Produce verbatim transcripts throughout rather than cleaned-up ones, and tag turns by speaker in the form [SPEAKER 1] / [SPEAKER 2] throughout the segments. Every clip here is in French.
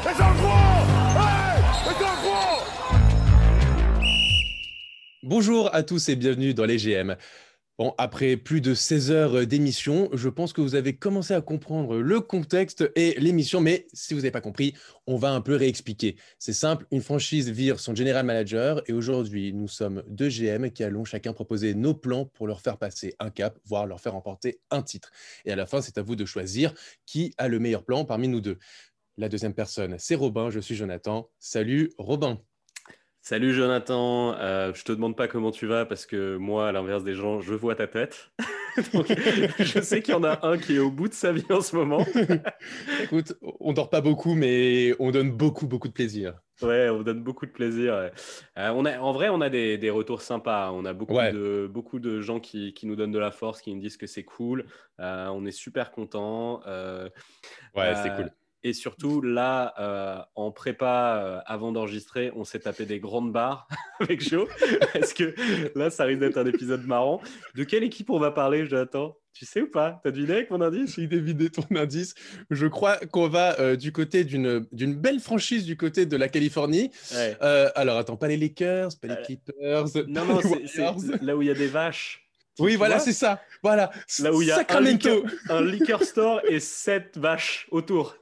[SPEAKER 1] C'est un gros. Hey, c'est un gros.
[SPEAKER 2] Bonjour à tous et bienvenue dans les G M. Bon, après plus de seize heures d'émission, je pense que vous avez commencé à comprendre le contexte et l'émission, mais si vous n'avez pas compris, on va un peu réexpliquer. C'est simple, une franchise vire son general manager et aujourd'hui, nous sommes deux G M qui allons chacun proposer nos plans pour leur faire passer un cap, voire leur faire remporter un titre. Et à la fin, c'est à vous de choisir qui a le meilleur plan parmi nous deux. La deuxième personne, c'est Robin, je suis Jonathan. Salut Robin.
[SPEAKER 3] Salut Jonathan, euh, je te demande pas comment tu vas parce que moi, à l'inverse des gens, je vois ta tête. Donc, je sais qu'il y en a un qui est au bout de sa vie en ce moment.
[SPEAKER 2] Écoute, on dort pas beaucoup, mais on donne beaucoup, beaucoup de plaisir.
[SPEAKER 3] Ouais, on donne beaucoup de plaisir. Ouais. Euh, on a, en vrai, on a des, des retours sympas. On a beaucoup,
[SPEAKER 2] Ouais.
[SPEAKER 3] de, beaucoup de gens qui, qui nous donnent de la force, qui nous disent que c'est cool. Euh, on est super contents. Euh,
[SPEAKER 2] Ouais, c'est
[SPEAKER 3] euh,
[SPEAKER 2] cool.
[SPEAKER 3] Et surtout, là, euh, en prépa, euh, avant d'enregistrer, on s'est tapé des grandes barres avec Joe. Parce que là, ça risque d'être un épisode marrant. De quelle équipe on va parler, Jonathan? Tu sais ou pas? T'as deviné avec mon indice?
[SPEAKER 2] J'ai deviné ton indice. Je crois qu'on va euh, du côté d'une d'une belle franchise du côté de la Californie.
[SPEAKER 3] Ouais.
[SPEAKER 2] Euh, alors, attends, pas les Lakers, pas les
[SPEAKER 3] Euh,
[SPEAKER 2] Clippers,
[SPEAKER 3] Non,
[SPEAKER 2] pas
[SPEAKER 3] non,
[SPEAKER 2] les
[SPEAKER 3] c'est, c'est
[SPEAKER 2] Warriors.
[SPEAKER 3] là où il y a des vaches. Tu,
[SPEAKER 2] Oui,
[SPEAKER 3] tu
[SPEAKER 2] voilà,
[SPEAKER 3] vois?
[SPEAKER 2] c'est ça. Voilà.
[SPEAKER 3] Là où il y a un liquor,
[SPEAKER 2] Sacramento.
[SPEAKER 3] un liquor store et sept vaches autour.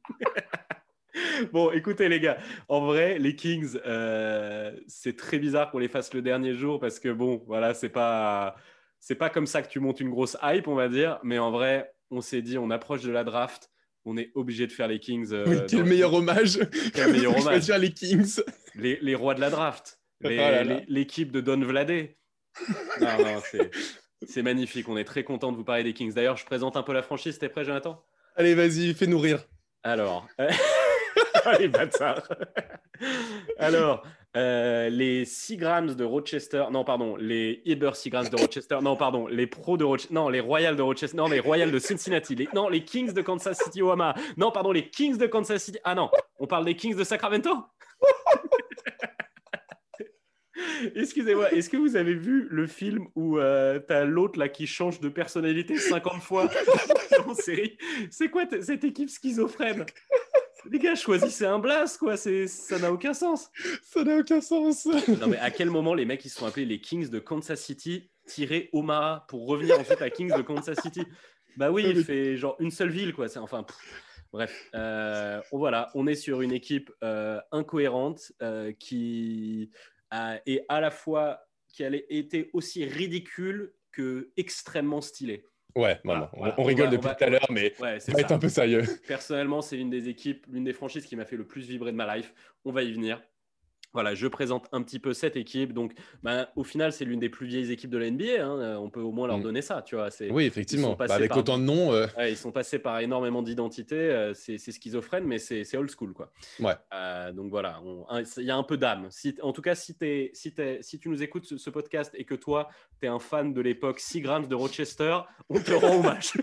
[SPEAKER 3] Bon, écoutez les gars, en vrai, les Kings, euh, c'est très bizarre qu'on les fasse le dernier jour parce que bon, voilà, c'est pas, c'est pas comme ça que tu montes une grosse hype, on va dire. Mais en vrai, on s'est dit, on approche de la draft, on est obligé de faire les Kings.
[SPEAKER 2] Oui,
[SPEAKER 3] Euh,
[SPEAKER 2] quel
[SPEAKER 3] dans,
[SPEAKER 2] meilleur
[SPEAKER 3] dans-
[SPEAKER 2] hommage
[SPEAKER 3] Quel meilleur
[SPEAKER 2] que
[SPEAKER 3] hommage.
[SPEAKER 2] choisir les Kings.
[SPEAKER 3] Les, les rois de la draft,
[SPEAKER 2] Oh
[SPEAKER 3] les,
[SPEAKER 2] là là.
[SPEAKER 3] les- l'équipe de Don Vladé. Non, non, c'est, c'est magnifique. On est très content de vous parler des Kings. D'ailleurs, je présente un peu la franchise. T'es prêt, Jonathan?
[SPEAKER 2] Allez, vas-y, fais-nous rire.
[SPEAKER 3] Alors, euh, les bâtards. Alors, euh, les six Grams de Rochester, non, pardon, les Eber six Grams de Rochester, non, pardon, les pros de Rochester, non, les Royals de Rochester, non, les Royals de Cincinnati, les... non, les Kings de Kansas City, Omaha, non, pardon, les Kings de Kansas City, ah non, on parle des Kings de Sacramento. Excusez-moi, est-ce que vous avez vu le film où euh, t'as l'autre là qui change de personnalité cinquante fois en série? C'est quoi t- cette équipe schizophrène? Les gars, choisissez un blast, quoi. C'est... Ça n'a aucun sens.
[SPEAKER 2] Ça n'a aucun sens.
[SPEAKER 3] Non, mais à quel moment les mecs ils se sont appelés les Kings de Kansas City tiré Omaha pour revenir ensuite à Kings de Kansas City? Bah oui, il fait genre une seule ville, quoi. C'est enfin. Pff. Bref, euh, voilà, on est sur une équipe euh, incohérente euh, qui a, est à la fois qui a été aussi ridicule que extrêmement stylée.
[SPEAKER 2] Ouais,
[SPEAKER 3] Voilà,
[SPEAKER 2] non, non,
[SPEAKER 3] voilà.
[SPEAKER 2] on, on rigole
[SPEAKER 3] va,
[SPEAKER 2] depuis
[SPEAKER 3] va,
[SPEAKER 2] tout à l'heure, mais
[SPEAKER 3] ouais,
[SPEAKER 2] on va être
[SPEAKER 3] ça.
[SPEAKER 2] un peu sérieux.
[SPEAKER 3] Personnellement, c'est l'une des équipes, l'une des franchises qui m'a fait le plus vibrer de ma life. On va y venir. Voilà, je présente un petit peu cette équipe. Donc, ben, au final, c'est l'une des plus vieilles équipes de la N B A. Hein. On peut au moins leur
[SPEAKER 2] Mm.
[SPEAKER 3] donner ça, tu vois. C'est,
[SPEAKER 2] Oui,
[SPEAKER 3] ils sont
[SPEAKER 2] effectivement. Bah,
[SPEAKER 3] passés
[SPEAKER 2] avec
[SPEAKER 3] par,
[SPEAKER 2] autant de noms. euh,
[SPEAKER 3] ouais, ils sont passés par énormément d'identités. Euh, c'est, c'est schizophrène, mais c'est, c'est old school, quoi.
[SPEAKER 2] Ouais.
[SPEAKER 3] Euh, donc voilà, il y a un peu d'âme. Si, en tout cas, si, t'es, si, t'es, si tu nous écoutes ce, ce podcast et que toi, tu es un fan de l'époque six Grams de Rochester, on te rend hommage.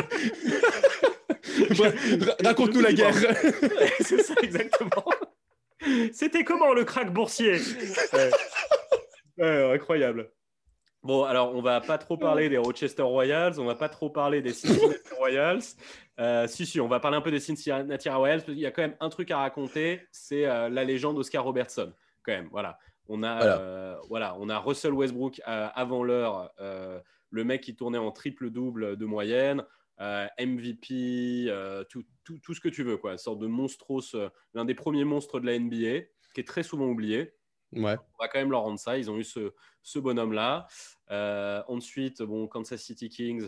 [SPEAKER 2] Raconte-nous la guerre.
[SPEAKER 3] Ouais, c'est ça, exactement. C'était comment le crack boursier? Ouais. Ouais, incroyable. Bon, alors, on va pas trop parler des Rochester Royals, on va pas trop parler des Cincinnati Royals. Euh, si, si, on va parler un peu des Cincinnati Royals, parce qu'il y a quand même un truc à raconter, c'est euh, la légende Oscar Robertson, quand même, voilà. On a,
[SPEAKER 2] Voilà.
[SPEAKER 3] euh, voilà, on a Russell Westbrook euh, avant l'heure, euh, le mec qui tournait en triple-double de moyenne, euh, M V P, euh, tout, tout, tout ce que tu veux, quoi. Une sorte de monstros, euh, l'un des premiers monstres de la N B A, qui est très souvent oublié.
[SPEAKER 2] Ouais.
[SPEAKER 3] On va quand même leur rendre ça. Ils ont eu ce, ce bonhomme-là. Euh, ensuite, bon, Kansas City Kings.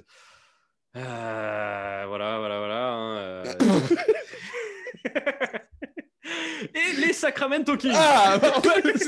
[SPEAKER 3] Euh, voilà, voilà, voilà. Hein, euh... Et les Sacramento Kings.
[SPEAKER 2] Ah, bah, en fait,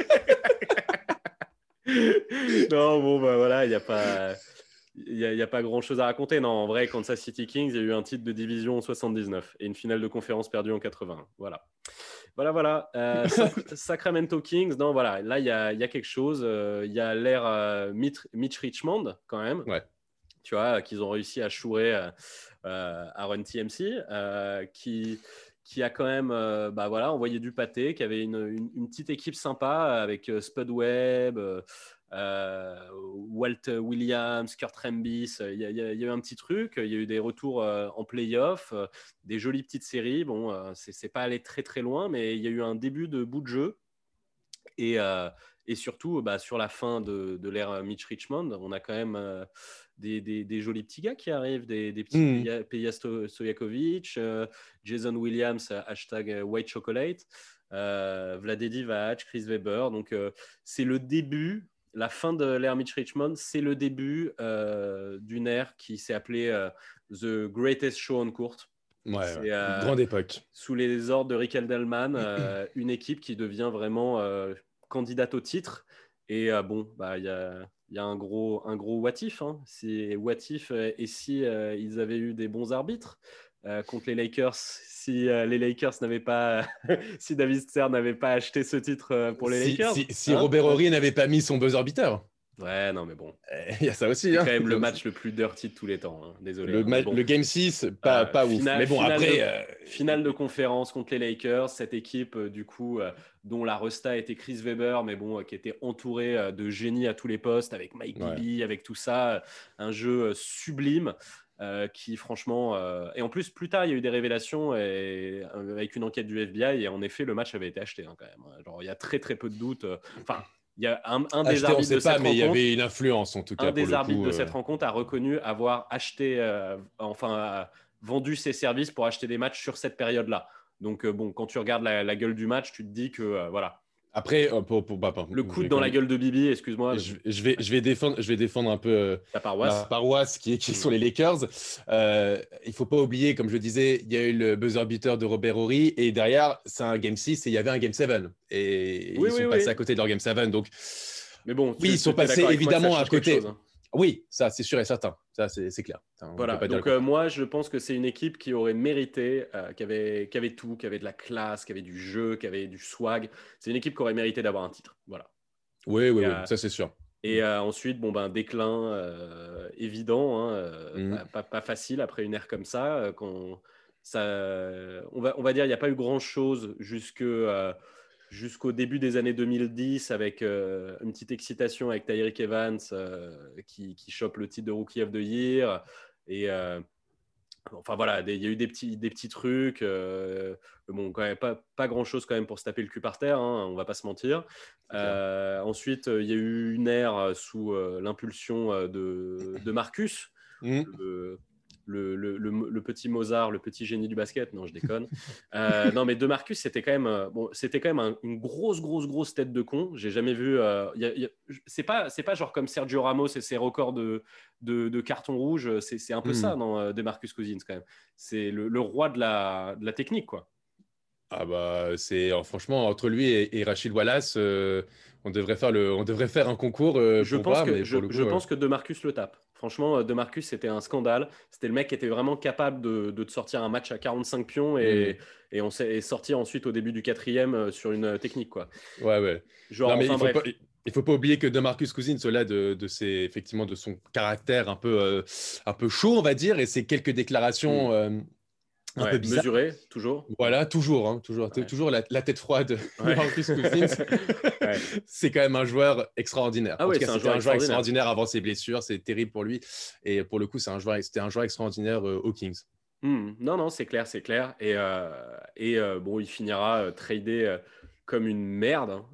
[SPEAKER 3] non, bon, bah voilà, il n'y a pas. Il n'y a, y a pas grand-chose à raconter. Non, en vrai, Kansas City Kings, il y a eu un titre de division en soixante-dix-neuf et une finale de conférence perdue en quatre-vingts. Voilà. Voilà, voilà. Euh, Sac- Sacramento Kings, non, voilà. Là, il y a, y a quelque chose. Euh, Il y a l'ère euh, Mitch, Mitch Richmond, quand même.
[SPEAKER 2] Ouais.
[SPEAKER 3] Tu vois, qu'ils ont réussi à chourer euh, euh, à Run T M C, euh, qui, qui a quand même euh, bah, voilà, envoyé du pâté, qui avait une, une, une petite équipe sympa avec euh, Spud Webb, euh, euh, Walt Williams, Kurt Rambis, il y, y, y a eu un petit truc, il y a eu des retours euh, en play-off, euh, des jolies petites séries. Bon, euh, c'est, c'est pas allé très très loin, mais il y a eu un début de bout de jeu. Et, euh, et surtout, bah, sur la fin de, de l'ère Mitch Richmond, on a quand même euh, des, des, des jolis petits gars qui arrivent, des, des petits mm. Peja Stojakovic, euh, Jason Williams, hashtag White Chocolate, euh, Vlade Divac, Chris Webber. Donc, euh, c'est le début, la fin de l'ère Mitch Richmond, c'est le début euh, d'une ère qui s'est appelée euh, The Greatest Show on Court.
[SPEAKER 2] Ouais, c'est, ouais. Euh, grande époque.
[SPEAKER 3] Sous les ordres de Rick Edelman, euh, une équipe qui devient vraiment euh, candidate au titre. Et euh, bon, bah il y a, y a un gros, un gros what if. Hein. Si what if euh, et si euh, ils avaient eu des bons arbitres euh, contre les Lakers, si euh, les Lakers n'avaient pas, si David Stern n'avait pas acheté ce titre euh, pour les
[SPEAKER 2] si,
[SPEAKER 3] Lakers,
[SPEAKER 2] si, si hein Robert Horry n'avait pas mis son buzzer beater.
[SPEAKER 3] Ouais, non, mais bon.
[SPEAKER 2] Il y a ça aussi.
[SPEAKER 3] C'est
[SPEAKER 2] hein.
[SPEAKER 3] quand même le match le plus dirty de tous les temps. Hein. Désolé.
[SPEAKER 2] Le,
[SPEAKER 3] hein,
[SPEAKER 2] ma-
[SPEAKER 3] bon.
[SPEAKER 2] le Game six, pas, euh, pas
[SPEAKER 3] finale,
[SPEAKER 2] ouf. Mais bon,
[SPEAKER 3] finale
[SPEAKER 2] après.
[SPEAKER 3] De,
[SPEAKER 2] euh...
[SPEAKER 3] Finale de conférence contre les Lakers. Cette équipe, euh, du coup, euh, dont la resta était Chris Webber, mais bon, euh, qui était entourée euh, de génies à tous les postes, avec Mike Bibby, ouais. avec tout ça. Euh, un jeu euh, sublime. Euh, qui franchement euh... et en plus plus tard il y a eu des révélations et, euh, avec une enquête du F B I et en effet le match avait été acheté hein, quand même. Genre il y a très très peu de doutes. Enfin. Euh... Il y a un, un des
[SPEAKER 2] acheté,
[SPEAKER 3] arbitres
[SPEAKER 2] on sait
[SPEAKER 3] de
[SPEAKER 2] pas,
[SPEAKER 3] cette
[SPEAKER 2] mais
[SPEAKER 3] rencontre.
[SPEAKER 2] Il y avait une influence en tout cas.
[SPEAKER 3] Un des
[SPEAKER 2] pour le
[SPEAKER 3] arbitres
[SPEAKER 2] coup,
[SPEAKER 3] de
[SPEAKER 2] euh...
[SPEAKER 3] cette rencontre a reconnu avoir acheté, euh, enfin, euh, vendu ses services pour acheter des matchs sur cette période-là. Donc euh, bon, quand tu regardes la, la gueule du match, tu te dis que euh, voilà.
[SPEAKER 2] Après, euh, pour, pour, bah, pour,
[SPEAKER 3] le coude dans la gueule de Bibi, excuse-moi.
[SPEAKER 2] Je, je, vais, je, vais défendre, je vais défendre un peu euh,
[SPEAKER 3] la paroisse,
[SPEAKER 2] la paroisse qui, qui sont les Lakers. Euh, il ne faut pas oublier, comme je le disais, il y a eu le buzzer beater de Robert Horry et derrière, c'est un Game six et il y avait un Game sept. Et oui, ils sont oui, passés oui. à côté de leur Game sept. Donc,
[SPEAKER 3] mais bon,
[SPEAKER 2] oui,
[SPEAKER 3] tu,
[SPEAKER 2] ils sont passés évidemment à côté.
[SPEAKER 3] Chose, hein.
[SPEAKER 2] Oui, ça, c'est sûr et certain. Ça, c'est, c'est clair.
[SPEAKER 3] On voilà. Donc, euh, moi, je pense que c'est une équipe qui aurait mérité, euh, qui, avait, qui avait tout, qui avait de la classe, qui avait du jeu, qui avait du swag. C'est une équipe qui aurait mérité d'avoir un titre. Voilà.
[SPEAKER 2] Oui, oui,
[SPEAKER 3] et,
[SPEAKER 2] oui,
[SPEAKER 3] euh,
[SPEAKER 2] ça, c'est sûr.
[SPEAKER 3] Et euh, ensuite, bon, ben, déclin euh, évident, hein, euh, mm. pas, pas, pas facile après une ère comme ça. Euh, quand ça on, va, on va dire qu'il n'y a pas eu grand-chose jusque... Euh, jusqu'au début des années deux mille dix avec euh, une petite excitation avec Tyreke Evans euh, qui, qui chope le titre de Rookie of the Year et euh, enfin voilà, il y a eu des petits, des petits trucs euh, bon, quand même pas, pas grand chose quand même pour se taper le cul par terre, hein, on va pas se mentir. Euh, ensuite il y a eu une ère sous euh, l'impulsion de, de Marcus mmh. le, Le, le, le, le petit Mozart, le petit génie du basket, non je déconne. Euh, non mais de Marcus c'était quand même, euh, bon, c'était quand même un, une grosse grosse grosse tête de con. J'ai jamais vu. Euh, y a, y a, c'est pas c'est pas genre comme Sergio Ramos et ses records de de, de carton rouge. C'est, c'est un peu mmh. ça dans de Marcus Cousins quand même. C'est le, le roi de la de la technique quoi.
[SPEAKER 2] Ah bah c'est alors, franchement entre lui et, et Rachid Wallace, euh, on devrait faire le, on devrait faire un concours. Euh,
[SPEAKER 3] je
[SPEAKER 2] pour
[SPEAKER 3] pense
[SPEAKER 2] voir,
[SPEAKER 3] que
[SPEAKER 2] mais
[SPEAKER 3] je,
[SPEAKER 2] pour le coup,
[SPEAKER 3] je
[SPEAKER 2] euh...
[SPEAKER 3] pense que De Marcus le tape. Franchement, De Marcus c'était un scandale. C'était le mec qui était vraiment capable de, de te sortir un match à quarante-cinq pions et, mmh. et on s'est et sortir ensuite au début du quatrième sur une technique quoi.
[SPEAKER 2] Ouais ouais.
[SPEAKER 3] Genre
[SPEAKER 2] non, mais
[SPEAKER 3] enfin
[SPEAKER 2] il faut
[SPEAKER 3] bref.
[SPEAKER 2] Pas... Il faut pas oublier que DeMarcus Cousins, cela de, de ses, effectivement de son caractère un peu, euh, un peu chaud, on va dire, et ses quelques déclarations mmh. euh, un
[SPEAKER 3] ouais,
[SPEAKER 2] peu bizarres.
[SPEAKER 3] Mesurées, toujours.
[SPEAKER 2] Voilà, toujours, hein, toujours, ouais. toujours la, la tête froide de ouais. DeMarcus Cousins. ouais. C'est quand même un joueur extraordinaire.
[SPEAKER 3] Ah
[SPEAKER 2] en
[SPEAKER 3] ouais,
[SPEAKER 2] tout cas,
[SPEAKER 3] c'est un
[SPEAKER 2] c'était
[SPEAKER 3] joueur
[SPEAKER 2] un joueur
[SPEAKER 3] extraordinaire.
[SPEAKER 2] extraordinaire avant ses blessures, c'est terrible pour lui. Et pour le coup, c'est un joueur, c'était un joueur extraordinaire euh, aux Kings.
[SPEAKER 3] Mmh. Non, non, c'est clair, c'est clair. Et, euh, et euh, bon, il finira euh, tradé euh, comme une merde. Hein.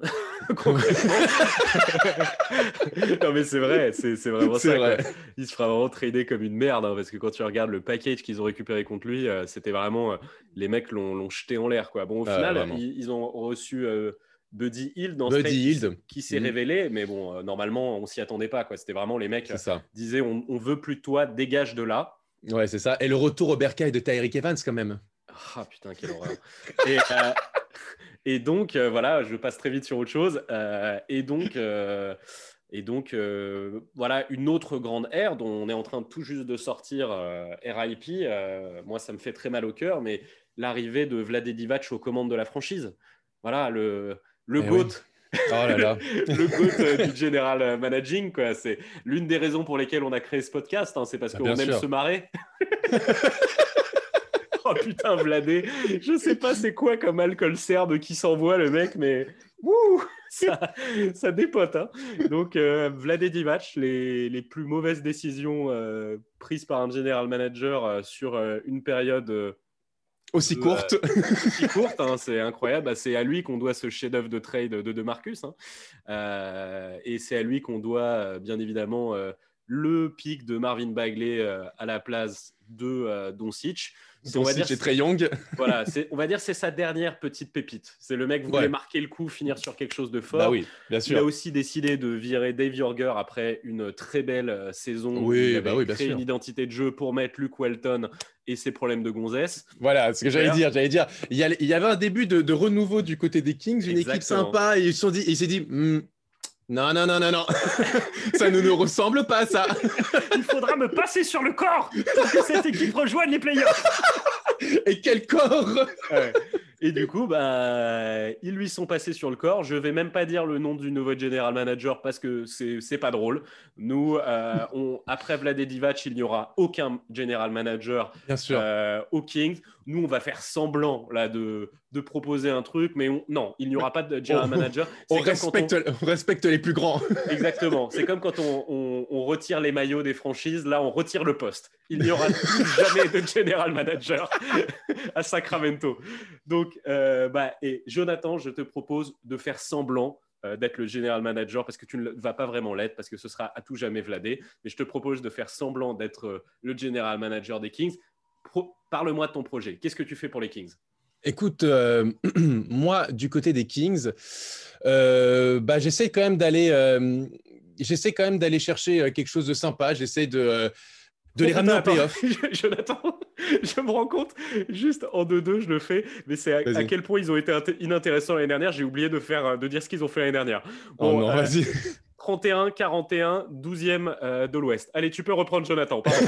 [SPEAKER 3] Non mais c'est vrai, c'est, c'est vraiment
[SPEAKER 2] c'est
[SPEAKER 3] ça.
[SPEAKER 2] Vrai.
[SPEAKER 3] Quoi. Il se fera vraiment trader comme une merde hein, parce que quand tu regardes le package qu'ils ont récupéré contre lui, euh, c'était vraiment euh, les mecs l'ont, l'ont jeté en l'air quoi. Bon au ah, final, ils, ils ont reçu euh, Buddy Hield dans
[SPEAKER 2] Buddy
[SPEAKER 3] ce
[SPEAKER 2] Hield.
[SPEAKER 3] qui, qui s'est mmh. révélé, mais bon euh, normalement on s'y attendait pas quoi. C'était vraiment les mecs
[SPEAKER 2] euh,
[SPEAKER 3] disaient on, on veut plus de toi, dégage de là.
[SPEAKER 2] Ouais c'est ça. Et le retour au bercail de Tyreke Evans quand même.
[SPEAKER 3] Ah putain quelle horreur. Et euh, Et donc, euh, voilà, je passe très vite sur autre chose. Euh, et donc, euh, et donc euh, voilà, une autre grande ère dont on est en train tout juste de sortir, euh, R I P. Euh, moi, ça me fait très mal au cœur, mais l'arrivée de Vlade Divac aux commandes de la franchise. Voilà, le, le
[SPEAKER 2] eh
[SPEAKER 3] GOAT.
[SPEAKER 2] Oui. Oh là là.
[SPEAKER 3] Le GOAT euh, du general managing, quoi. C'est l'une des raisons pour lesquelles on a créé ce podcast. Hein, c'est parce bah, qu'on aime sûr. se marrer. Oh putain, Vladé, je sais pas c'est quoi comme alcool serbe qui s'envoie le mec, mais wouh. ça, ça dépote. Hein. Donc, euh, Vlade Divac, les, les plus mauvaises décisions euh, prises par un general manager euh, sur euh, une période euh,
[SPEAKER 2] aussi
[SPEAKER 3] de,
[SPEAKER 2] courte.
[SPEAKER 3] Euh, aussi courte, hein, c'est incroyable. Bah, c'est à lui qu'on doit ce chef-d'œuvre de trade de, de Marcus. Hein. Euh, et c'est à lui qu'on doit, euh, bien évidemment, euh, le pic de Marvin Bagley euh, à la place de euh, Doncic.
[SPEAKER 2] C'est, on va dire, c'est Trae Young.
[SPEAKER 3] Voilà, c'est, on va dire c'est sa dernière petite pépite. C'est le mec qui voulait
[SPEAKER 2] Ouais.
[SPEAKER 3] marquer le coup, finir sur quelque chose de fort.
[SPEAKER 2] Bah oui, bien sûr.
[SPEAKER 3] Il a aussi décidé de virer Dave Yorger après une très belle euh, saison.
[SPEAKER 2] Oui,
[SPEAKER 3] où il avait
[SPEAKER 2] bah oui, bien
[SPEAKER 3] créé
[SPEAKER 2] sûr.
[SPEAKER 3] une identité de jeu pour mettre Luke Walton et ses problèmes de gonzesse.
[SPEAKER 2] Voilà, ce que j'allais dire. J'allais dire, il y, a, il y avait un début de, de renouveau du côté des Kings, une
[SPEAKER 3] Exactement.
[SPEAKER 2] équipe sympa, et ils se sont dit, il s'est dit, mm, non, non, non, non, non, ça ne nous ressemble pas, ça.
[SPEAKER 3] Il faudra me passer sur le corps pour que cette équipe rejoigne les playoffs.
[SPEAKER 2] Et quel corps!
[SPEAKER 3] Ouais. Et du coup, bah, ils lui sont passés sur le corps. Je vais même pas dire le nom du nouveau general manager parce que c'est, c'est pas drôle. Nous, euh, on, après Vlade Divac, il n'y aura aucun general manager
[SPEAKER 2] Bien sûr.
[SPEAKER 3] euh, aux Kings. Nous, on va faire semblant là, de, de proposer un truc, mais on, non, il n'y aura pas de general
[SPEAKER 2] on,
[SPEAKER 3] manager.
[SPEAKER 2] C'est on, respecte, on... on respecte les plus grands.
[SPEAKER 3] Exactement. C'est comme quand on, on, on retire les maillots des franchises. Là, on retire le poste. Il n'y aura plus jamais de general manager à Sacramento. Donc, euh, bah, et Jonathan, je te propose de faire semblant euh, d'être le general manager parce que tu ne vas pas vraiment l'être parce que ce sera à tout jamais Vladé. Mais je te propose de faire semblant d'être euh, le general manager des Kings. Pro- Parle-moi de ton projet. Qu'est-ce que tu fais pour les Kings ?
[SPEAKER 2] Écoute, euh, moi, du côté des Kings, euh, bah, j'essaie quand même d'aller, euh, j'essaie quand même d'aller chercher quelque chose de sympa. J'essaie de, euh, de les ramener en playoff.
[SPEAKER 3] Jonathan, je me rends compte, juste en deux deux, je le fais, mais c'est à, à quel point ils ont été inté- inintéressants l'année dernière. J'ai oublié de, faire, de dire ce qu'ils ont fait l'année dernière.
[SPEAKER 2] Bon, oh non, euh, vas-y.
[SPEAKER 3] trente et un quarante et un, douzième euh, de l'Ouest. Allez, tu peux reprendre, Jonathan. Pardon.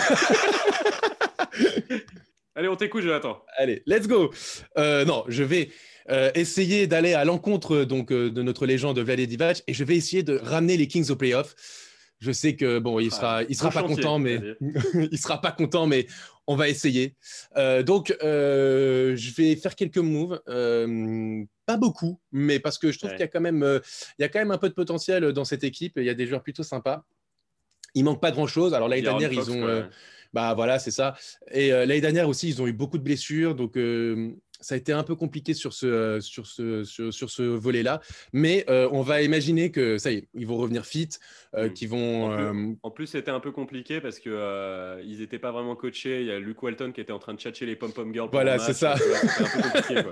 [SPEAKER 3] Allez, on t'écoute, Jonathan.
[SPEAKER 2] Allez, let's go. Euh, non, je vais euh, essayer d'aller à l'encontre donc, euh, de notre légende Vlade Divac et je vais essayer de ramener les Kings aux playoffs. Je sais que bon, il sera,
[SPEAKER 3] ah,
[SPEAKER 2] il sera pas
[SPEAKER 3] chantier,
[SPEAKER 2] content, mais il sera pas content, mais on va essayer. Euh, donc, euh, je vais faire quelques moves, euh, pas beaucoup, mais parce que je trouve ouais. qu'il y a quand même, euh, il y a quand même un peu de potentiel dans cette équipe. Il y a des joueurs plutôt sympas. Il manque pas grand-chose. Alors l'année dernière, Fox, ils ont, euh, bah voilà, c'est ça. Et euh, l'année dernière aussi, ils ont eu beaucoup de blessures, donc. Euh, ça a été un peu compliqué sur ce, euh, sur ce, sur, sur ce volet-là, mais euh, on va imaginer que ça y est, ils vont revenir fit, euh, mmh. qu'ils vont.
[SPEAKER 3] En plus,
[SPEAKER 2] euh...
[SPEAKER 3] en plus, c'était un peu compliqué parce que euh, ils n'étaient pas vraiment coachés. Il y a Luke Walton qui était en train de tchatcher les pom-pom girls.
[SPEAKER 2] Voilà, c'est ça.
[SPEAKER 3] C'était un peu compliqué,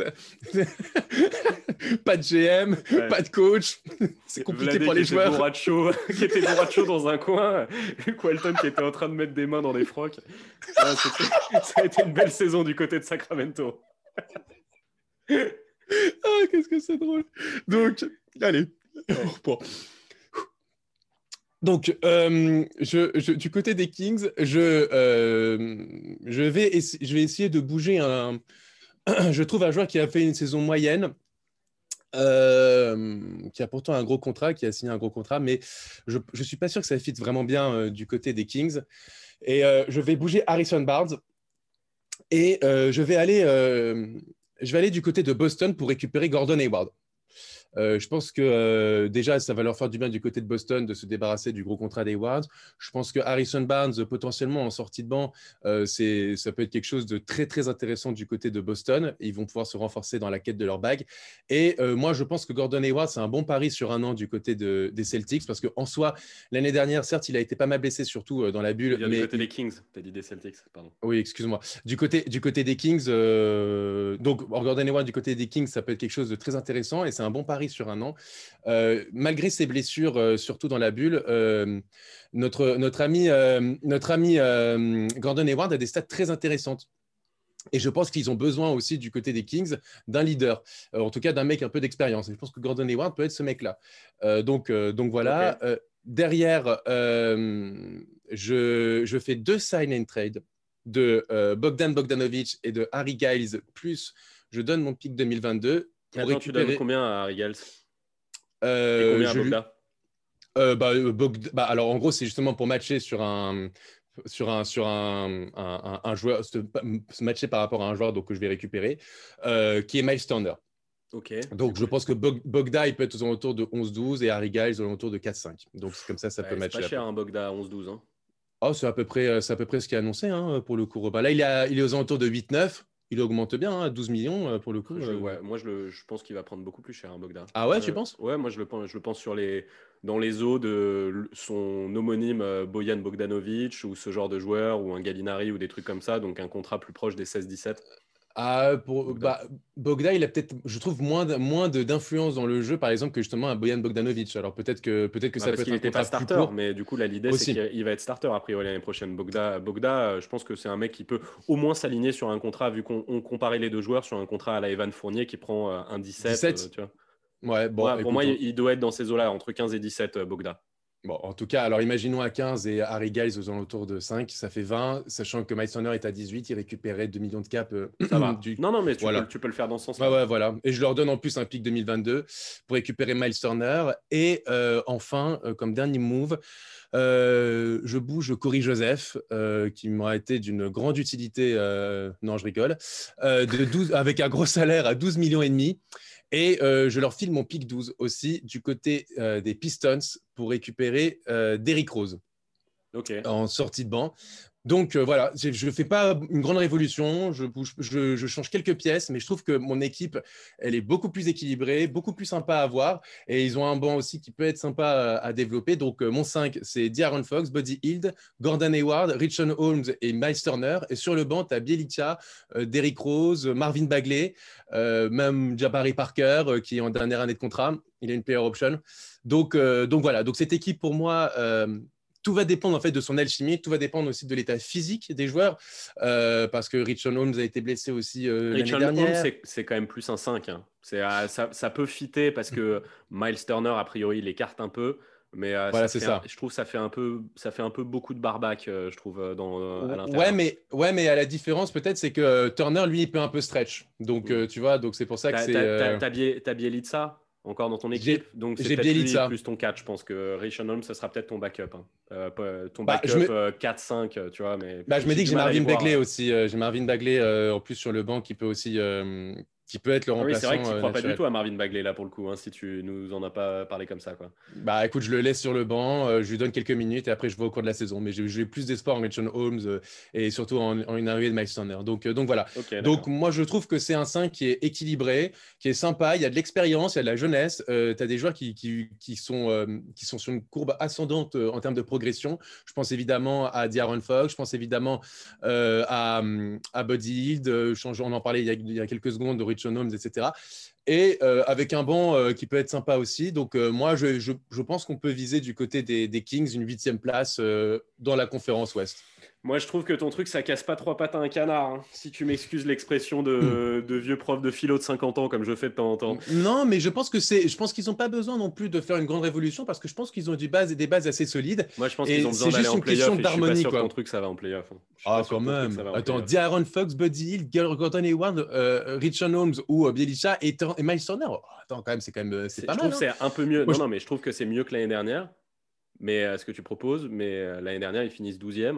[SPEAKER 3] quoi.
[SPEAKER 2] Pas de G M, ouais. pas de coach. C'est compliqué Vladé pour les
[SPEAKER 3] qui
[SPEAKER 2] joueurs.
[SPEAKER 3] Était bourracho, qui était bourracho dans un coin. Luke Walton qui était en train de mettre des mains dans des frocs. Ça, ça a été une belle saison du côté de Sacramento.
[SPEAKER 2] Ah, qu'est-ce que c'est drôle. Donc, allez. Ouais. Bon. Donc, euh, je, je, du côté des Kings, je, euh, je, vais essa- je vais essayer de bouger un... Je trouve un joueur qui a fait une saison moyenne, euh, qui a pourtant un gros contrat, qui a signé un gros contrat, mais je ne suis pas sûr que ça fit vraiment bien euh, du côté des Kings. Et euh, je vais bouger Harrison Barnes et euh, je vais aller... Euh, Je vais aller du côté de Boston pour récupérer Gordon Hayward. Euh, je pense que euh, déjà, ça va leur faire du bien du côté de Boston de se débarrasser du gros contrat d'Hayward. Je pense que Harrison Barnes, potentiellement en sortie de banc, euh, c'est, ça peut être quelque chose de très, très intéressant du côté de Boston. Ils vont pouvoir se renforcer dans la quête de leur bague. Et euh, moi, je pense que Gordon Hayward, c'est un bon pari sur un an du côté de, des Celtics parce qu'en soi, l'année dernière, certes, il a été pas mal blessé, surtout euh, dans la bulle.
[SPEAKER 3] Il
[SPEAKER 2] mais
[SPEAKER 3] du côté des Kings, tu as dit des Celtics, pardon.
[SPEAKER 2] Oui, excuse-moi. Du côté, du côté des Kings, euh, donc Gordon Hayward du côté des Kings, ça peut être quelque chose de très intéressant et c'est un bon pari sur un an. Euh, malgré ses blessures, euh, surtout dans la bulle, euh, notre, notre ami, euh, notre ami euh, Gordon Hayward a des stats très intéressantes. Et je pense qu'ils ont besoin aussi du côté des Kings d'un leader, euh, en tout cas d'un mec un peu d'expérience. Et je pense que Gordon Hayward peut être ce mec-là. Euh, donc, euh, donc voilà. Okay. Euh, derrière, euh, je, je fais deux sign and trade de euh, Bogdan Bogdanovic et de Harry Giles, plus je donne mon pick deux mille vingt-deux. Pour
[SPEAKER 3] Attends,
[SPEAKER 2] récupérer...
[SPEAKER 3] tu donnes combien à Harry Giles
[SPEAKER 2] euh,
[SPEAKER 3] et combien à Bogdan
[SPEAKER 2] euh, bah, Bogd... bah, alors, en gros, c'est justement pour matcher sur un... sur un, sur un, un, un, un joueur, se, se matcher par rapport à un joueur donc, que je vais récupérer, euh, qui est Miles Turner.
[SPEAKER 3] Ok.
[SPEAKER 2] Donc, je pense que Bog- Bogda, il peut être aux alentours de onze douze et Harry Giles aux alentours de quatre cinq. Donc, c'est comme ça, ça
[SPEAKER 3] Ouais,
[SPEAKER 2] peut
[SPEAKER 3] c'est
[SPEAKER 2] matcher.
[SPEAKER 3] pas
[SPEAKER 2] à peu
[SPEAKER 3] cher, un Bogda à onze douze. Hein.
[SPEAKER 2] Oh, c'est à peu près, euh, c'est à peu près ce qui est annoncé hein, pour le coup, Robin. Là, il, a, il est aux alentours de huit neuf. Il augmente bien, hein, douze millions euh, pour le coup.
[SPEAKER 3] Je,
[SPEAKER 2] euh.
[SPEAKER 3] ouais, moi, je, le, je pense qu'il va prendre beaucoup plus cher, un Bogda.
[SPEAKER 2] Ah ouais, tu
[SPEAKER 3] Euh,
[SPEAKER 2] penses?
[SPEAKER 3] ouais, moi, je le pense, je le pense sur les, dans les eaux de l- son homonyme euh, Bojan Bogdanovic ou ce genre de joueur ou un Gallinari ou des trucs comme ça. Donc, un contrat plus proche des seize dix-sept.
[SPEAKER 2] Ah, pour,
[SPEAKER 3] Bogda.
[SPEAKER 2] bah, Bogda, il a peut-être, je trouve, moins, d- moins de- d'influence dans le jeu, par exemple, que justement un Bojan Bogdanovic. Alors peut-être que, peut-être que
[SPEAKER 3] Ouais,
[SPEAKER 2] ça
[SPEAKER 3] parce
[SPEAKER 2] peut être
[SPEAKER 3] qu'il
[SPEAKER 2] un
[SPEAKER 3] n'était pas
[SPEAKER 2] contrat plus
[SPEAKER 3] starter,
[SPEAKER 2] court
[SPEAKER 3] mais du coup, là, l'idée, c'est
[SPEAKER 2] aussi.
[SPEAKER 3] qu'il il va être starter a priori l'année prochaine. Bogda, Bogda euh, je pense que c'est un mec qui peut au moins s'aligner sur un contrat, vu qu'on on comparait les deux joueurs sur un contrat à la Evan Fournier qui prend euh, un dix-sept. euh,
[SPEAKER 2] dix-sept?
[SPEAKER 3] tu vois.
[SPEAKER 2] Ouais, bon,
[SPEAKER 3] Ouais, pour moi,
[SPEAKER 2] écoute,
[SPEAKER 3] il,
[SPEAKER 2] on-
[SPEAKER 3] il doit être dans ces eaux-là, entre quinze et dix-sept, euh, Bogda.
[SPEAKER 2] bon, en tout cas, alors imaginons à quinze et Harry Giles aux alentours de cinq, ça fait vingt, sachant que Miles Turner est à dix-huit, il récupérait deux millions de cap euh,
[SPEAKER 3] Ça va.
[SPEAKER 2] du...
[SPEAKER 3] Non, non, mais tu peux,
[SPEAKER 2] Voilà.
[SPEAKER 3] tu peux le faire dans ce
[SPEAKER 2] Ouais,
[SPEAKER 3] sens-là.
[SPEAKER 2] ouais, voilà. Et je leur donne en plus un pic deux mille vingt-deux pour récupérer Miles Turner. Et euh, enfin, euh, comme dernier move, euh, je bouge Corey Joseph, euh, qui m'aurait été d'une grande utilité. euh, non, je rigole. euh, de douze, avec un gros salaire à douze millions et demi. Et euh, je leur file mon pic douze aussi du côté euh, des Pistons pour récupérer euh, Derrick Rose
[SPEAKER 3] Ok.
[SPEAKER 2] en sortie de banc. Donc euh, voilà, je ne fais pas une grande révolution, je, bouge, je, je change quelques pièces, mais je trouve que mon équipe, elle est beaucoup plus équilibrée, beaucoup plus sympa à voir, et ils ont un banc aussi qui peut être sympa à, à développer. Donc euh, mon cinq, c'est De'Aaron Fox, Buddy Hield, Gordon Hayward, Richon Holmes et Miles Turner. Et sur le banc, tu as Bjelica, euh, Derrick Rose, Marvin Bagley, euh, même Jabari Parker, euh, qui est en dernière année de contrat. Il a une player option. Donc, euh, donc voilà, donc cette équipe pour moi... Euh, tout va dépendre en fait de son alchimie, tout va dépendre aussi de l'état physique des joueurs, euh, parce que Richon Holmes a été blessé aussi euh, l'année
[SPEAKER 3] Richard Holmes,
[SPEAKER 2] dernière.
[SPEAKER 3] c'est c'est quand même plus un cinq. Hein. C'est, euh, ça, ça peut fitter parce que Miles Turner, a priori, il écarte un peu. Mais euh,
[SPEAKER 2] Voilà,
[SPEAKER 3] ça
[SPEAKER 2] c'est
[SPEAKER 3] fait un-
[SPEAKER 2] ça.
[SPEAKER 3] je trouve que ça fait un peu, ça fait un peu beaucoup de barbac, euh, je trouve, euh, dans, euh, à
[SPEAKER 2] Ouais,
[SPEAKER 3] l'intérieur.
[SPEAKER 2] mais, ouais, mais à la différence, peut-être, c'est que euh, Turner, lui, il peut un peu stretch. Donc,
[SPEAKER 3] Mm.
[SPEAKER 2] euh, tu vois, donc c'est pour ça que
[SPEAKER 3] T'as,
[SPEAKER 2] c'est.
[SPEAKER 3] t'as, t'as,
[SPEAKER 2] euh,
[SPEAKER 3] t'as Biel- t'as Bielitsa encore dans ton équipe,
[SPEAKER 2] J'ai
[SPEAKER 3] donc c'est
[SPEAKER 2] j'ai
[SPEAKER 3] peut-être lui
[SPEAKER 2] Bjelica.
[SPEAKER 3] plus ton quatre. Je pense que Richard Holmes, ça sera peut-être ton backup. Hein. Euh, pas- ton
[SPEAKER 2] Bah, je
[SPEAKER 3] backup
[SPEAKER 2] me,
[SPEAKER 3] euh, quatre cinq, euh, tu vois, mais
[SPEAKER 2] bah, je me
[SPEAKER 3] j'ai
[SPEAKER 2] dis que
[SPEAKER 3] du
[SPEAKER 2] j'ai
[SPEAKER 3] mal à les
[SPEAKER 2] Marvin
[SPEAKER 3] voir.
[SPEAKER 2] Bagley
[SPEAKER 3] euh.
[SPEAKER 2] aussi. euh, j'ai Marvin Bagley euh, en plus sur le banc qui peut aussi. euh, qui peut être le
[SPEAKER 3] Ah oui, c'est vrai que
[SPEAKER 2] remplaçant
[SPEAKER 3] tu
[SPEAKER 2] euh,
[SPEAKER 3] crois pas du
[SPEAKER 2] naturel.
[SPEAKER 3] tout à Marvin Bagley là pour le coup, hein, si tu nous en as pas parlé comme ça, quoi.
[SPEAKER 2] Bah écoute, je le laisse sur le banc, euh, je lui donne quelques minutes et après je vois au cours de la saison. Mais j'ai j'ai plus d'espoir en Richon Holmes euh, et surtout en, en une arrivée de Miles Turner. Donc, euh, donc voilà.
[SPEAKER 3] Ok,
[SPEAKER 2] Donc
[SPEAKER 3] d'accord.
[SPEAKER 2] moi je trouve que c'est un cinq qui est équilibré, qui est sympa, il y a de l'expérience, il y a de la jeunesse. Euh, tu as des joueurs qui, qui, qui, sont, euh, qui sont sur une courbe ascendante euh, en termes de progression. Je pense évidemment à De'Aaron Fox, je pense évidemment euh, à, à Buddy Hield, euh, on en parlait il y, a, il y a quelques secondes de Richon Holmes, et cetera. Et euh, avec un banc euh, qui peut être sympa aussi. Donc, euh, moi, je, je, je pense qu'on peut viser du côté des, des Kings une huitième place euh, dans la conférence Ouest.
[SPEAKER 3] Moi, je trouve que ton truc, ça casse pas trois pattes à un canard. Hein. Si tu m'excuses l'expression de, de vieux prof de philo de cinquante ans, comme je fais de temps en temps.
[SPEAKER 2] Non, mais je pense que c'est, je pense qu'ils n'ont pas besoin non plus de faire une grande révolution parce que je pense qu'ils ont du base et des bases assez solides.
[SPEAKER 3] Moi, je pense qu'ils
[SPEAKER 2] Et
[SPEAKER 3] ont besoin
[SPEAKER 2] c'est
[SPEAKER 3] d'aller
[SPEAKER 2] juste
[SPEAKER 3] en
[SPEAKER 2] une question
[SPEAKER 3] playoff et je suis pas
[SPEAKER 2] d'harmonie,
[SPEAKER 3] sûr que ton
[SPEAKER 2] quoi.
[SPEAKER 3] truc, ça va en playoff. Hein. Je suis pas
[SPEAKER 2] Ah,
[SPEAKER 3] sûr
[SPEAKER 2] quand
[SPEAKER 3] que ton truc, ça
[SPEAKER 2] même.
[SPEAKER 3] va en
[SPEAKER 2] Attends,
[SPEAKER 3] playoff.
[SPEAKER 2] De'Aaron Fox, Buddy Hield, Gordon Hayward, euh, Richon Holmes ou euh, Bjelica et, et Miles Turner. Oh, attends, quand même, c'est quand même, euh, c'est
[SPEAKER 3] C'est-
[SPEAKER 2] pas
[SPEAKER 3] Je trouve
[SPEAKER 2] mal.
[SPEAKER 3] que
[SPEAKER 2] Hein.
[SPEAKER 3] c'est un peu mieux.
[SPEAKER 2] Moi,
[SPEAKER 3] Non,
[SPEAKER 2] je-
[SPEAKER 3] non, mais je trouve que c'est mieux que l'année dernière. Mais euh, ce que tu proposes, mais euh, l'année dernière, ils finissent douzième.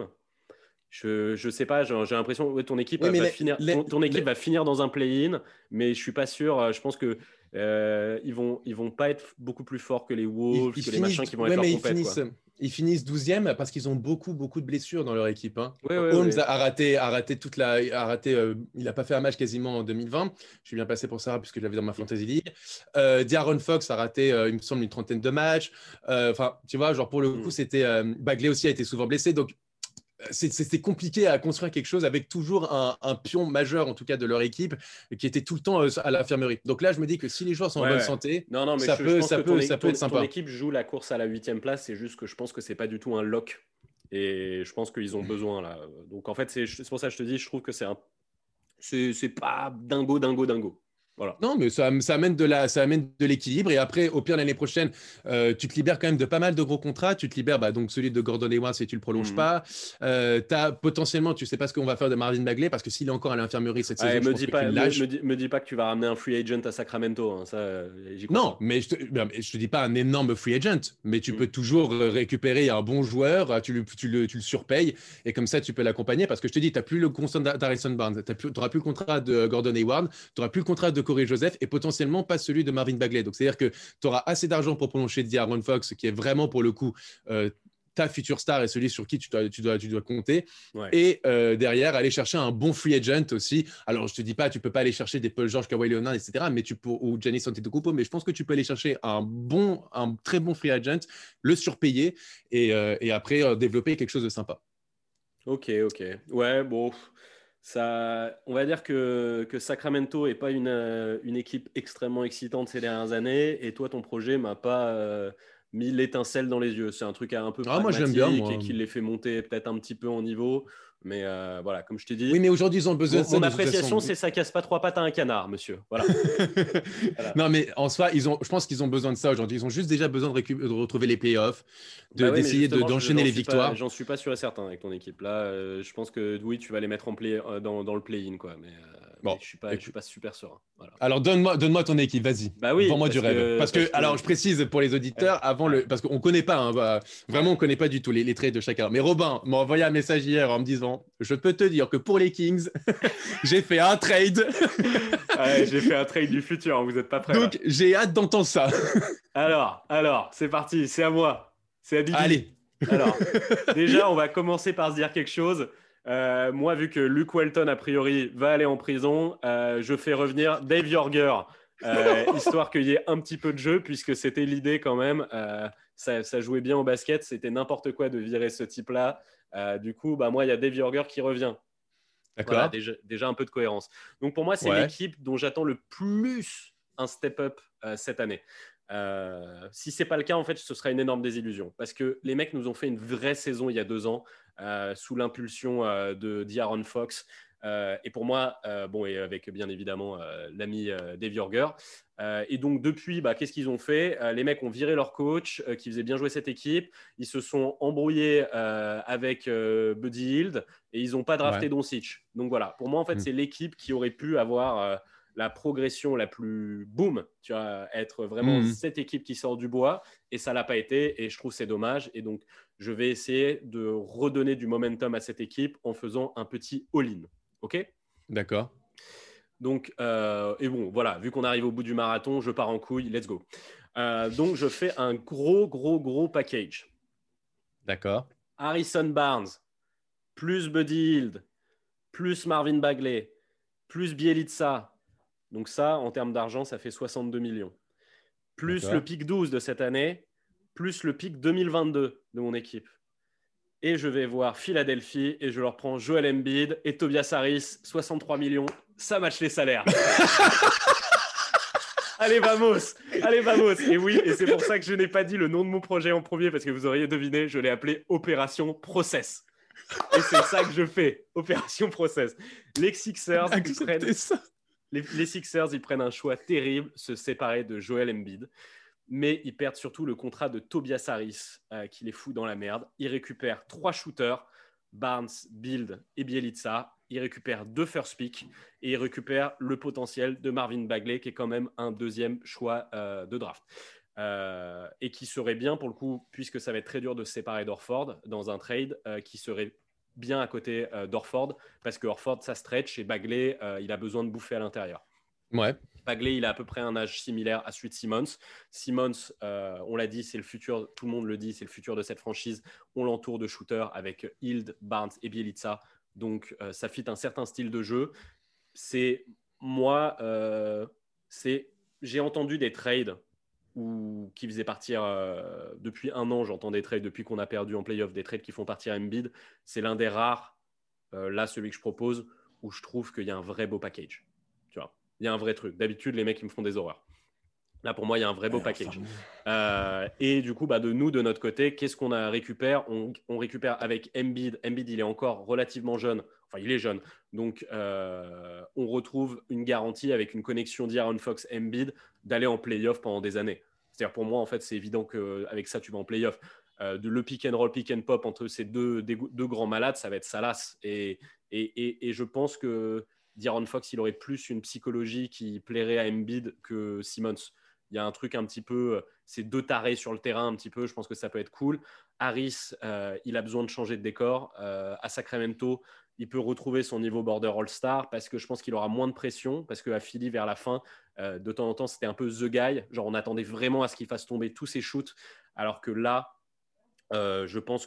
[SPEAKER 3] Je, je sais pas, j'ai j'ai l'impression que ouais, ton équipe
[SPEAKER 2] Oui, mais
[SPEAKER 3] va
[SPEAKER 2] les,
[SPEAKER 3] finir,
[SPEAKER 2] les-
[SPEAKER 3] ton, ton équipe
[SPEAKER 2] les-
[SPEAKER 3] va finir dans un play-in, mais je suis pas sûr. euh, Je pense que euh, ils vont ils vont pas être beaucoup plus forts que les
[SPEAKER 2] Ils,
[SPEAKER 3] Wolves,
[SPEAKER 2] ils
[SPEAKER 3] que les machins
[SPEAKER 2] finissent,
[SPEAKER 3] qui vont être
[SPEAKER 2] ouais,
[SPEAKER 3] leur
[SPEAKER 2] mais ils
[SPEAKER 3] compète,
[SPEAKER 2] finissent,
[SPEAKER 3] quoi.
[SPEAKER 2] ils finissent douzième parce qu'ils ont beaucoup, beaucoup de blessures dans leur équipe. Hein.
[SPEAKER 3] Oui, oui,
[SPEAKER 2] Holmes
[SPEAKER 3] oui.
[SPEAKER 2] a raté, a raté toute la, a raté, euh, il n'a pas fait un match quasiment en deux mille vingt. Je suis bien passé pour ça puisque je l'avais dans ma fantasy league. Euh, De'Aaron Fox a raté, euh, il me semble, une trentaine de matchs. Euh, Enfin, tu vois, genre pour le coup,
[SPEAKER 3] Mm.
[SPEAKER 2] c'était euh, Bagley aussi a été souvent blessé, donc c'était compliqué à construire quelque chose avec toujours un, un pion majeur, en tout cas de leur équipe, qui était tout le temps euh, à l'infirmerie. Donc là, je me dis que si les joueurs sont en
[SPEAKER 3] Ouais,
[SPEAKER 2] bonne
[SPEAKER 3] ouais.
[SPEAKER 2] santé,
[SPEAKER 3] Non, non, mais
[SPEAKER 2] ça
[SPEAKER 3] je, je
[SPEAKER 2] peut,
[SPEAKER 3] pense
[SPEAKER 2] ça
[SPEAKER 3] que ton,
[SPEAKER 2] peut,
[SPEAKER 3] é-
[SPEAKER 2] ça peut
[SPEAKER 3] ton,
[SPEAKER 2] être
[SPEAKER 3] ton
[SPEAKER 2] sympa.
[SPEAKER 3] équipe joue la course à la huitième place. C'est juste que je pense que c'est pas du tout un lock. Et je pense qu'ils ont besoin là. Donc en fait, c'est c'est pour ça que je te dis, je trouve que c'est un, c'est c'est pas dingo, dingo, dingo. Voilà.
[SPEAKER 2] Non, mais ça, ça amène de la, ça amène de l'équilibre. Et après, au pire, l'année prochaine, euh, tu te libères quand même de pas mal de gros contrats. Tu te libères bah, donc celui de Gordon Hayward si tu le prolonges
[SPEAKER 3] Mhm.
[SPEAKER 2] pas. Euh, t'as, potentiellement, tu sais pas ce qu'on va faire de Marvin Bagley parce que s'il est encore à l'infirmerie cette
[SPEAKER 3] Ouais,
[SPEAKER 2] saison, je
[SPEAKER 3] me
[SPEAKER 2] pense
[SPEAKER 3] dis
[SPEAKER 2] que
[SPEAKER 3] pas,
[SPEAKER 2] tu le
[SPEAKER 3] me,
[SPEAKER 2] lâches.
[SPEAKER 3] me dis, me dis pas que tu vas ramener un free agent à Sacramento. Hein, ça, euh, j'y crois
[SPEAKER 2] Non,
[SPEAKER 3] pas.
[SPEAKER 2] mais je te, non, mais je te dis pas un énorme free agent, mais tu
[SPEAKER 3] Mm.
[SPEAKER 2] peux toujours euh, récupérer un bon joueur, tu le, tu le, tu le surpayes et comme ça tu peux l'accompagner parce que je te dis, tu n'as plus le contrat d'Harrison Barnes, tu n'auras plus le contrat de Gordon Hayward, tu n'auras plus le contrat de Corey Joseph et potentiellement pas celui de Marvin Bagley. Donc, c'est-à-dire que tu auras assez d'argent pour prolonger De'Aaron Fox, qui est vraiment pour le coup euh, ta future star et celui sur qui tu dois, tu dois, tu dois compter. Ouais. Et euh, derrière, aller chercher un bon free agent aussi. Alors, je te dis pas, tu peux pas aller chercher des Paul George, Kawhi Leonard, et cetera. Mais tu peux, ou Giannis Antetokounmpo, mais je pense que tu peux aller chercher un bon, un très bon free agent, le surpayer et, euh, et après euh, développer quelque chose de sympa.
[SPEAKER 3] Ok, ok. Ouais, bon, ça, on va dire que, que Sacramento n'est pas une, euh, une équipe extrêmement excitante ces dernières années. Et toi, ton projet m'a pas euh, mis l'étincelle dans les yeux. C'est un truc un peu
[SPEAKER 2] ah,
[SPEAKER 3] pragmatique
[SPEAKER 2] moi, bien, moi.
[SPEAKER 3] et qui les fait monter peut-être un petit peu en niveau. Mais euh, voilà, comme je t'ai dit.
[SPEAKER 2] Oui, mais aujourd'hui, ils ont besoin
[SPEAKER 3] mon,
[SPEAKER 2] de ça.
[SPEAKER 3] Mon appréciation, c'est ça casse pas trois pattes à un canard, monsieur. Voilà.
[SPEAKER 2] Voilà. Non, mais en soi, ils ont, je pense qu'ils ont besoin de ça aujourd'hui. Ils ont juste déjà besoin de, récup- de retrouver les playoffs, de,
[SPEAKER 3] bah oui,
[SPEAKER 2] d'essayer de, d'enchaîner les victoires.
[SPEAKER 3] Pas, j'en suis pas sûr et certain avec ton équipe. Là, euh, je pense que oui, tu vas les mettre en play, euh, dans, dans le play-in, quoi. Mais, euh, bon, mais je suis pas, je suis pas super serein. Voilà.
[SPEAKER 2] Alors donne-moi, donne-moi ton équipe, vas-y.
[SPEAKER 3] Bah oui.
[SPEAKER 2] Vends-moi du rêve.
[SPEAKER 3] Que,
[SPEAKER 2] parce, que,
[SPEAKER 3] parce que,
[SPEAKER 2] alors je précise pour les auditeurs, ouais. avant ouais. le, parce qu'on connaît pas, hein, bah, vraiment ouais. on connaît pas du tout les, les trades de chacun. Mais Robin m'a envoyé un message hier en me disant, je peux te dire que pour les Kings, j'ai fait un trade.
[SPEAKER 3] ouais, j'ai fait un trade du futur. Vous êtes pas prêts.
[SPEAKER 2] Donc
[SPEAKER 3] là.
[SPEAKER 2] j'ai hâte d'entendre ça.
[SPEAKER 3] alors, alors, c'est parti, c'est à moi, c'est à Bibi.
[SPEAKER 2] Allez.
[SPEAKER 3] Alors, déjà, on va commencer par se dire quelque chose. Euh, moi, vu que Luke Walton, a priori, va aller en prison, euh, je fais revenir Dave Jorger, euh, histoire qu'il y ait un petit peu de jeu, puisque c'était l'idée quand même. Euh, ça, ça jouait bien au basket, c'était n'importe quoi de virer ce type-là. Euh, du coup, bah, moi, il y a Dave Jorger qui revient.
[SPEAKER 2] D'accord.
[SPEAKER 3] Voilà, déjà, déjà un peu de cohérence. Donc, pour moi, c'est
[SPEAKER 2] ouais.
[SPEAKER 3] l'équipe dont j'attends le plus un step-up euh, cette année. Euh, si c'est pas le cas, en fait, ce sera une énorme désillusion parce que les mecs nous ont fait une vraie saison il y a deux ans euh, sous l'impulsion euh, de De'Aaron Fox euh, et pour moi, euh, bon et avec bien évidemment euh, l'ami euh, Dave Jorger. Euh, et donc depuis, bah, qu'est-ce qu'ils ont fait euh, Les mecs ont viré leur coach euh, qui faisait bien jouer cette équipe. Ils se sont embrouillés euh, avec euh, Buddy Hield et ils n'ont pas drafté ouais. Doncic. Donc voilà, pour moi en fait, mm. c'est l'équipe qui aurait pu avoir euh, la progression la plus boom, tu vois, être vraiment mmh. cette équipe qui sort du bois et ça l'a pas été et je trouve c'est dommage et donc je vais essayer de redonner du momentum à cette équipe en faisant un petit all-in, ok ?
[SPEAKER 2] D'accord.
[SPEAKER 3] Donc euh, et bon voilà, vu qu'on arrive au bout du marathon, je pars en couille, let's go. Euh, donc je fais un gros gros gros package.
[SPEAKER 2] D'accord.
[SPEAKER 3] Harrison Barnes plus Buddy Hield plus Marvin Bagley plus Bjelica. Donc ça, en termes d'argent, ça fait soixante-deux millions. Plus D'accord. le pick douze de cette année, plus le pick deux mille vingt-deux de mon équipe. Et je vais voir Philadelphie et je leur prends Joel Embiid et Tobias Harris, soixante-trois millions. Ça match les salaires. Allez, vamos. Allez, vamos. Et oui, et c'est pour ça que je n'ai pas dit le nom de mon projet en premier parce que vous auriez deviné, je l'ai appelé Opération Process. Et c'est ça que je fais, Opération Process. Les Sixers, ils prennent...
[SPEAKER 2] ça.
[SPEAKER 3] Les, les Sixers, ils prennent un choix terrible, se séparer de Joel Embiid, mais ils perdent surtout le contrat de Tobias Harris, euh, qui les fout dans la merde. Ils récupèrent trois shooters, Barnes, Hield et Bjelica. Ils récupèrent deux first pick et ils récupèrent le potentiel de Marvin Bagley, qui est quand même un deuxième choix euh, de draft. Euh, et qui serait bien, pour le coup, puisque ça va être très dur de se séparer d'Horford dans un trade, euh, qui serait bien à côté euh, d'Horford, parce que Horford, ça stretch, et Bagley, euh, il a besoin de bouffer à l'intérieur.
[SPEAKER 2] Ouais.
[SPEAKER 3] Bagley, il a à peu près un âge similaire à celui de Simmons. Simmons, euh, on l'a dit, c'est le futur, tout le monde le dit, c'est le futur de cette franchise. On l'entoure de shooters avec Hield, Barnes et Bjelica. Donc, euh, ça fit un certain style de jeu. C'est moi, euh, c'est, j'ai entendu des trades ou qui faisaient partir euh, depuis un an, j'entends des trades depuis qu'on a perdu en playoff, des trades qui font partir Embiid. C'est l'un des rares, euh, là, celui que je propose, où je trouve qu'il y a un vrai beau package. Tu vois, il y a un vrai truc. D'habitude, les mecs, ils me font des horreurs. Là, pour moi, il y a un vrai beau package. Euh, et du coup, bah, de nous, de notre côté, qu'est-ce qu'on a récupère on, on récupère avec Embiid. Embiid, il est encore relativement jeune. Enfin, il est jeune. Donc, euh, on retrouve une garantie avec une connexion d'Aaron Fox-Embiid d'aller en play-off pendant des années. C'est-à-dire, pour moi, en fait, c'est évident qu'avec ça, tu vas en play-off. Euh, de le pick and roll, pick and pop entre ces deux, des, deux grands malades, ça va être salace. Et, et, et, et je pense que De'Aaron Fox, il aurait plus une psychologie qui plairait à Embiid que Simmons. Il y a un truc un petit peu, c'est deux tarés sur le terrain un petit peu, je pense que ça peut être cool. Harris, euh, il a besoin de changer de décor. Euh, à Sacramento, il peut retrouver son niveau border All-Star parce que je pense qu'il aura moins de pression, parce qu'à Philly, vers la fin, euh, de temps en temps, c'était un peu the guy. Genre, on attendait vraiment à ce qu'il fasse tomber tous ses shoots, alors que là, euh, je pense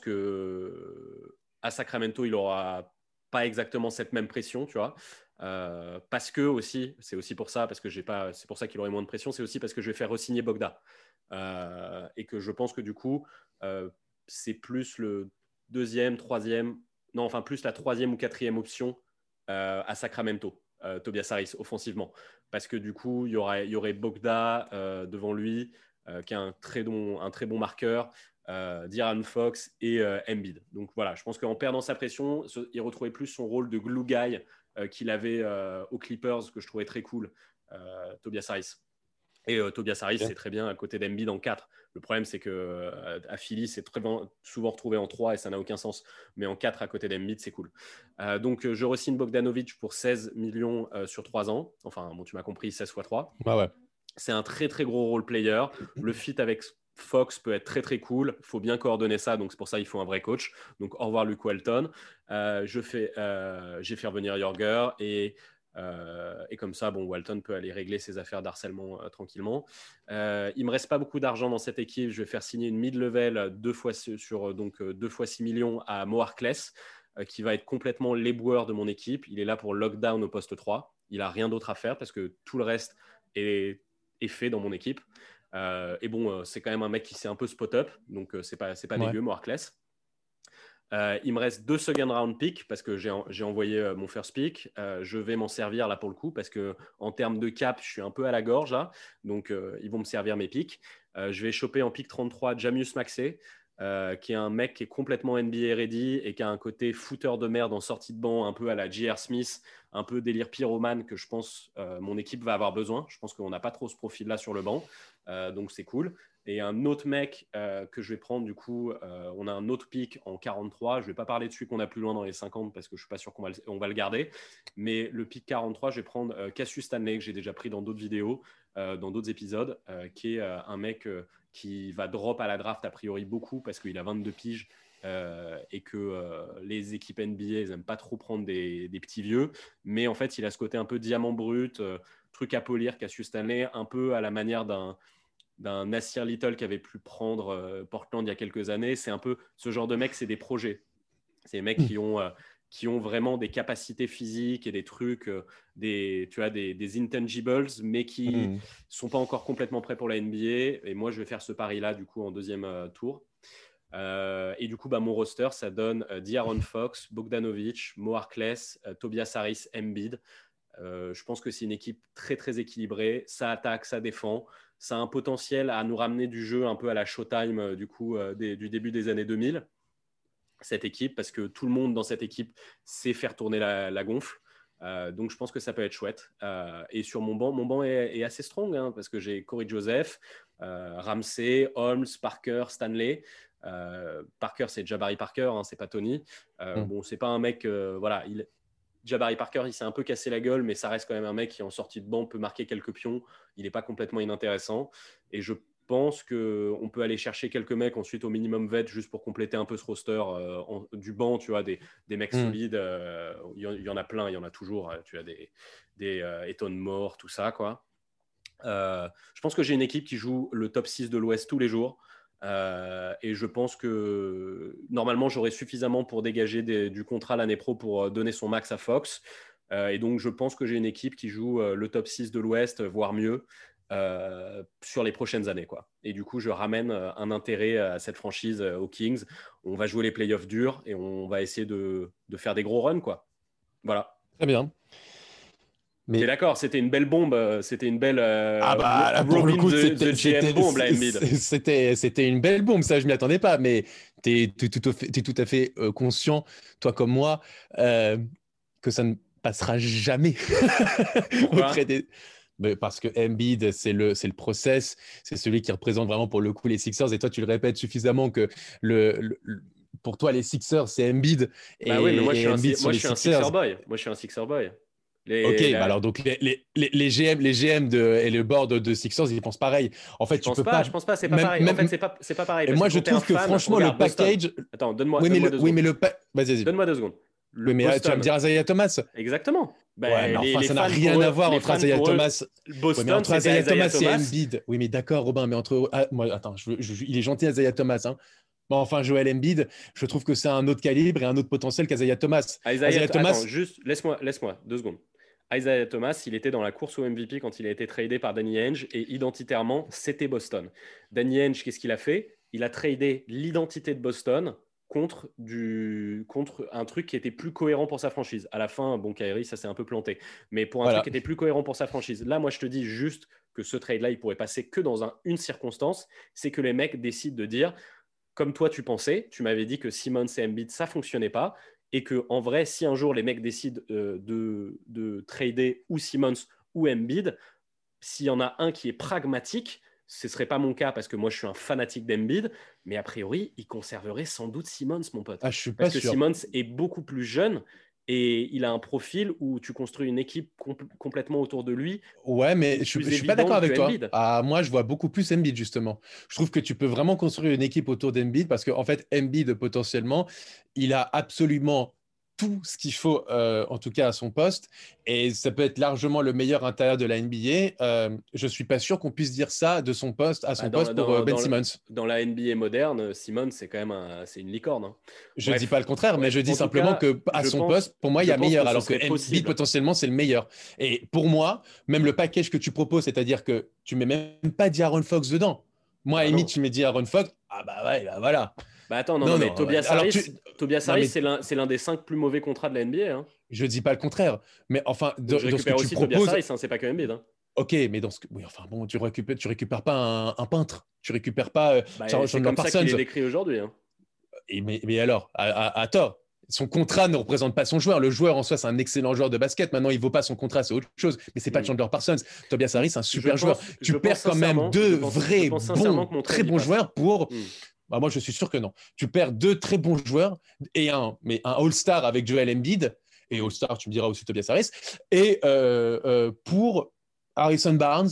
[SPEAKER 3] que à Sacramento, il aura pas exactement cette même pression, tu vois. Euh, parce que aussi, c'est aussi pour ça, parce que j'ai pas, c'est pour ça qu'il aurait moins de pression, c'est aussi parce que je vais faire re-signer Bogda. Euh, et que je pense que du coup, euh, c'est plus le deuxième, troisième, non, enfin plus la troisième ou quatrième option euh, à Sacramento, euh, Tobias Harris, offensivement. Parce que du coup, il y aurait, il y aurait Bogda euh, devant lui, euh, qui est un très bon, un très bon marqueur, euh, De'Aaron Fox et euh, Embiid. Donc voilà, je pense qu'en perdant sa pression, il retrouvait plus son rôle de glue guy euh, qu'il avait euh, aux Clippers, que je trouvais très cool, euh, Tobias Harris. Et euh, Tobias Harris, okay. c'est très bien à côté d'Embiid en quatre. Le problème, c'est qu'à euh, Philly, c'est très bon, souvent retrouvé en trois et ça n'a aucun sens. Mais en quatre à côté d'Embiid, c'est cool. Euh, donc, euh, je re-signe Bogdanovic pour seize millions euh, sur trois ans. Enfin, bon, tu m'as compris, seize fois trois.
[SPEAKER 2] Ah ouais.
[SPEAKER 3] C'est un très, très gros role player. Le fit avec Fox peut être très, très cool. Il faut bien coordonner ça. Donc, c'est pour ça qu'il faut un vrai coach. Donc, au revoir, Luke Walton. Euh, je fais, euh, j'ai fait revenir Jorger et... Euh, et comme ça, bon, Walton peut aller régler ses affaires d'harcèlement euh, tranquillement. Euh, il me reste pas beaucoup d'argent dans cette équipe. Je vais faire signer une mid-level deux fois sur donc deux fois six millions à Mo Harkless, euh, qui va être complètement l'éboueur de mon équipe. Il est là pour lockdown au poste trois. Il a rien d'autre à faire parce que tout le reste est, est fait dans mon équipe. Euh, et bon, euh, c'est quand même un mec qui s'est un peu spot-up, donc euh, c'est pas c'est pas ouais. dégueu, Mo Harkless. Euh, il me reste deux second round picks parce que j'ai, j'ai envoyé euh, mon first pick. Euh, je vais m'en servir là pour le coup parce qu'en termes de cap, je suis un peu à la gorge là. Donc, euh, ils vont me servir mes picks. Euh, je vais choper en pick trente-trois Jamius Maxey, euh, qui est un mec qui est complètement N B A ready et qui a un côté footeur de merde en sortie de banc, un peu à la J R. Smith, un peu délire pyromane que je pense euh, mon équipe va avoir besoin. Je pense qu'on n'a pas trop ce profil-là sur le banc. Euh, donc, c'est cool. Et un autre mec euh, que je vais prendre, du coup, euh, on a un autre pick en quarante-trois. Je ne vais pas parler de celui qu'on a plus loin dans les cinquante parce que je ne suis pas sûr qu'on va le, on va le garder. Mais le pick quarante-trois, je vais prendre euh, Cassius Stanley, que j'ai déjà pris dans d'autres vidéos, euh, dans d'autres épisodes, euh, qui est euh, un mec euh, qui va drop à la draft a priori beaucoup parce qu'il a vingt-deux piges euh, et que euh, les équipes N B A n'aiment pas trop prendre des, des petits vieux. Mais en fait, il a ce côté un peu diamant brut, euh, truc à polir, Cassius Stanley, un peu à la manière d'un... d'un Nasir Little qui avait pu prendre euh, Portland il y a quelques années. C'est un peu ce genre de mecs, c'est des projets. C'est des mecs qui ont, euh, qui ont vraiment des capacités physiques et des trucs, euh, des, tu vois, des, des intangibles, mais qui ne mmh. sont pas encore complètement prêts pour la N B A. Et moi, je vais faire ce pari-là, du coup, en deuxième euh, tour. Euh, et du coup, bah, mon roster, ça donne euh, De'Aaron Fox, Bogdanovic, Mo Harkless, euh, Tobias Harris, Embiid. Euh, je pense que c'est une équipe très, très équilibrée. Ça attaque, ça défend. Ça a un potentiel à nous ramener du jeu un peu à la Showtime euh, du, coup, euh, des, du début des années deux mille, cette équipe, parce que tout le monde dans cette équipe sait faire tourner la, la gonfle. Euh, donc, je pense que ça peut être chouette. Euh, et sur mon banc, mon banc est, est assez strong, hein, parce que j'ai Corey Joseph, euh, Ramsey, Holmes, Parker, Stanley. Euh, Parker, c'est Jabari Parker, hein, c'est pas Tony. Euh, mm. Bon, c'est pas un mec... Euh, voilà, il... Jabari Parker, il s'est un peu cassé la gueule, mais ça reste quand même un mec qui, en sortie de banc, peut marquer quelques pions. Il n'est pas complètement inintéressant. Et je pense qu'on peut aller chercher quelques mecs ensuite au minimum vet juste pour compléter un peu ce roster euh, en, du banc, tu vois, des, des mecs mmh. solides. Euh, il y, y en a plein, il y en a toujours. Tu as des, des euh, Eton Moore, tout ça, quoi. Euh, je pense que j'ai une équipe qui joue le top six de l'Ouest tous les jours. Euh, et je pense que normalement j'aurai suffisamment pour dégager des, du contrat l'année pro pour donner son max à Fox, euh, et donc je pense que j'ai une équipe qui joue euh, le top six de l'Ouest, voire mieux, euh, sur les prochaines années, quoi. Et du coup je ramène euh, un intérêt à cette franchise, euh, aux Kings. On va jouer les playoffs durs et on va essayer de, de faire des gros runs, quoi. Voilà.
[SPEAKER 2] Très bien.
[SPEAKER 3] Mais t'es d'accord, c'était une belle bombe, c'était une belle euh,
[SPEAKER 2] ah bah, là, pour le coup,
[SPEAKER 3] de,
[SPEAKER 2] c'était,
[SPEAKER 3] de G M
[SPEAKER 2] c'était,
[SPEAKER 3] bombe, là, Embiid.
[SPEAKER 2] C'était, c'était une belle bombe, ça je m'y attendais pas, mais t'es, t'es, tout, à fait, t'es tout à fait euh, conscient, toi comme moi, euh, que ça ne passera jamais auprès des... Mais parce que Embiid, c'est le, c'est le process, c'est celui qui représente vraiment pour le coup les Sixers, et toi tu le répètes suffisamment que le, le, le pour toi les Sixers c'est Embiid. Et,
[SPEAKER 3] bah oui, mais moi je suis, un, moi, je suis un Sixer boy. Moi je suis un Sixer boy.
[SPEAKER 2] Les, ok, la... bah alors donc les, les, les, les G M, les G M de, et le board de Sixers, ils pensent pareil. En fait,
[SPEAKER 3] je
[SPEAKER 2] tu
[SPEAKER 3] pense
[SPEAKER 2] peux
[SPEAKER 3] pas,
[SPEAKER 2] pas.
[SPEAKER 3] Je pense pas, c'est pas même, pareil.
[SPEAKER 2] Même...
[SPEAKER 3] En fait, c'est pas, c'est pas pareil.
[SPEAKER 2] Et moi, je trouve que
[SPEAKER 3] fan,
[SPEAKER 2] franchement,
[SPEAKER 3] regarde,
[SPEAKER 2] le package.
[SPEAKER 3] Boston. Attends, donne-moi.
[SPEAKER 2] Oui,
[SPEAKER 3] donne-moi
[SPEAKER 2] mais
[SPEAKER 3] deux
[SPEAKER 2] le, oui, mais le pa... vas-y, vas-y.
[SPEAKER 3] Donne-moi deux secondes. Le
[SPEAKER 2] Oui, mais là, tu vas
[SPEAKER 3] Boston.
[SPEAKER 2] me dire Isaiah Thomas.
[SPEAKER 3] Exactement. Bah,
[SPEAKER 2] Ouais, mais
[SPEAKER 3] les,
[SPEAKER 2] enfin,
[SPEAKER 3] les
[SPEAKER 2] ça n'a
[SPEAKER 3] fans
[SPEAKER 2] rien
[SPEAKER 3] pour
[SPEAKER 2] à
[SPEAKER 3] eux-
[SPEAKER 2] voir
[SPEAKER 3] les
[SPEAKER 2] entre
[SPEAKER 3] fans
[SPEAKER 2] Isaiah
[SPEAKER 3] pour eux,
[SPEAKER 2] Thomas.
[SPEAKER 3] Boston,
[SPEAKER 2] Oui, mais entre
[SPEAKER 3] c'était
[SPEAKER 2] Isaiah Thomas et
[SPEAKER 3] Thomas.
[SPEAKER 2] Embiid. Oui, mais d'accord, Robin, mais entre. Ah, moi, attends, je, je- il est gentil, Isaiah Thomas. Hein. Bon, enfin, Joel Embiid, je trouve que c'est un autre calibre et un autre potentiel qu'Isaiah Thomas.
[SPEAKER 3] Isaiah,
[SPEAKER 2] Isaiah Thomas,
[SPEAKER 3] attends, juste laisse-moi, laisse-moi deux secondes. Isaiah Thomas, il était dans la course au M V P quand il a été tradé par Danny Ainge et identitairement, c'était Boston. Danny Ainge, qu'est-ce qu'il a fait? Il a tradé l'identité de Boston contre, du, contre un truc qui était plus cohérent pour sa franchise. À la fin, bon, Kyrie, ça s'est un peu planté, mais pour un
[SPEAKER 2] voilà.
[SPEAKER 3] truc qui était plus cohérent pour sa franchise. Là, moi, je te dis juste que ce trade-là, il pourrait passer que dans un, une circonstance, c'est que les mecs décident de dire, comme toi, tu pensais, tu m'avais dit que Simmons et Embiid, ça fonctionnait pas, et que en vrai, si un jour les mecs décident euh, de, de trader ou Simmons ou Embiid, s'il y en a un qui est pragmatique, ce ne serait pas mon cas parce que moi je suis un fanatique d'Embiid, mais a priori, il conserverait sans doute Simmons, mon pote.
[SPEAKER 2] Ah, je suis pas
[SPEAKER 3] Parce que
[SPEAKER 2] sûr.
[SPEAKER 3] Simmons est beaucoup plus jeune et il a un profil où tu construis une équipe compl- complètement autour de lui.
[SPEAKER 2] Ouais, mais je,
[SPEAKER 3] Plus
[SPEAKER 2] je suis pas d'accord
[SPEAKER 3] évidente
[SPEAKER 2] avec
[SPEAKER 3] que
[SPEAKER 2] toi.
[SPEAKER 3] Embiid.
[SPEAKER 2] Ah, moi, je vois beaucoup plus Embiid, justement. Je trouve que tu peux vraiment construire une équipe autour d'Embiid parce qu'en fait, Embiid, potentiellement, il a absolument tout ce qu'il faut, euh, en tout cas à son poste, et ça peut être largement le meilleur intérieur de la N B A. Euh, je suis pas sûr qu'on puisse dire ça de son poste à son
[SPEAKER 3] Bah, dans,
[SPEAKER 2] poste pour euh,
[SPEAKER 3] dans,
[SPEAKER 2] Ben
[SPEAKER 3] dans, le-
[SPEAKER 2] Simmons.
[SPEAKER 3] dans la N B A moderne, Simmons, c'est quand même un- c'est une licorne. Hein.
[SPEAKER 2] Je dis
[SPEAKER 3] Bref,
[SPEAKER 2] pas le contraire, mais
[SPEAKER 3] bref.
[SPEAKER 2] je dis
[SPEAKER 3] En tout
[SPEAKER 2] simplement
[SPEAKER 3] cas,
[SPEAKER 2] que à
[SPEAKER 3] je
[SPEAKER 2] son
[SPEAKER 3] pense,
[SPEAKER 2] poste, pour moi, il y
[SPEAKER 3] je
[SPEAKER 2] a
[SPEAKER 3] pense
[SPEAKER 2] meilleur,
[SPEAKER 3] que ce
[SPEAKER 2] alors que
[SPEAKER 3] serait
[SPEAKER 2] Embiid
[SPEAKER 3] possible.
[SPEAKER 2] potentiellement c'est le meilleur. Et pour moi, même le package que tu proposes, c'est-à-dire que tu mets même pas d'Aaron Fox dedans. Moi, à
[SPEAKER 3] Bah
[SPEAKER 2] limite,
[SPEAKER 3] non.
[SPEAKER 2] tu mets Aaron Fox, ah bah ouais, bah voilà.
[SPEAKER 3] Bah attends, non, non,
[SPEAKER 2] Non,
[SPEAKER 3] mais
[SPEAKER 2] non.
[SPEAKER 3] Tobias
[SPEAKER 2] Alors
[SPEAKER 3] Harris,
[SPEAKER 2] tu,
[SPEAKER 3] Tobias
[SPEAKER 2] non
[SPEAKER 3] Harris,
[SPEAKER 2] mais
[SPEAKER 3] c'est l'un, c'est l'un des cinq plus mauvais contrats de la N B A. Hein.
[SPEAKER 2] je dis pas le contraire. Mais enfin,
[SPEAKER 3] Donc
[SPEAKER 2] dans,
[SPEAKER 3] je
[SPEAKER 2] dans ce que
[SPEAKER 3] récupère
[SPEAKER 2] tu
[SPEAKER 3] aussi Tobias
[SPEAKER 2] proposes,
[SPEAKER 3] Harris, hein, c'est pas que Embiid. Hein.
[SPEAKER 2] ok, mais dans ce que, oui, enfin bon, tu récupères, tu récupères pas un, un peintre, tu récupères pas euh,
[SPEAKER 3] Bah, c'est
[SPEAKER 2] Chandler
[SPEAKER 3] comme ça qu'il est
[SPEAKER 2] Parsons.
[SPEAKER 3] décrit aujourd'hui. Hein.
[SPEAKER 2] Et mais, mais alors, à, à, à tort. Son contrat ne représente pas son joueur. Le joueur en soi, c'est un excellent joueur de basket. Maintenant, il vaut pas son contrat, c'est autre chose. Mais c'est pas
[SPEAKER 3] Mm.
[SPEAKER 2] Chandler Parsons. Tobias Harris, c'est un
[SPEAKER 3] Je
[SPEAKER 2] super joueur.
[SPEAKER 3] pense, je
[SPEAKER 2] Tu
[SPEAKER 3] pense
[SPEAKER 2] perds quand même
[SPEAKER 3] sincèrement, je
[SPEAKER 2] deux
[SPEAKER 3] pense, je
[SPEAKER 2] vrais
[SPEAKER 3] pense sincèrement
[SPEAKER 2] bons,
[SPEAKER 3] que mon
[SPEAKER 2] très
[SPEAKER 3] trade y
[SPEAKER 2] bons
[SPEAKER 3] passe.
[SPEAKER 2] joueurs pour.
[SPEAKER 3] Mm.
[SPEAKER 2] Bah, moi, je suis sûr que non. Tu perds deux très bons joueurs et un, mais un All-Star avec Joel Embiid et
[SPEAKER 3] Mm.
[SPEAKER 2] All-Star, tu me diras aussi Tobias Harris et euh, euh, pour Harrison Barnes.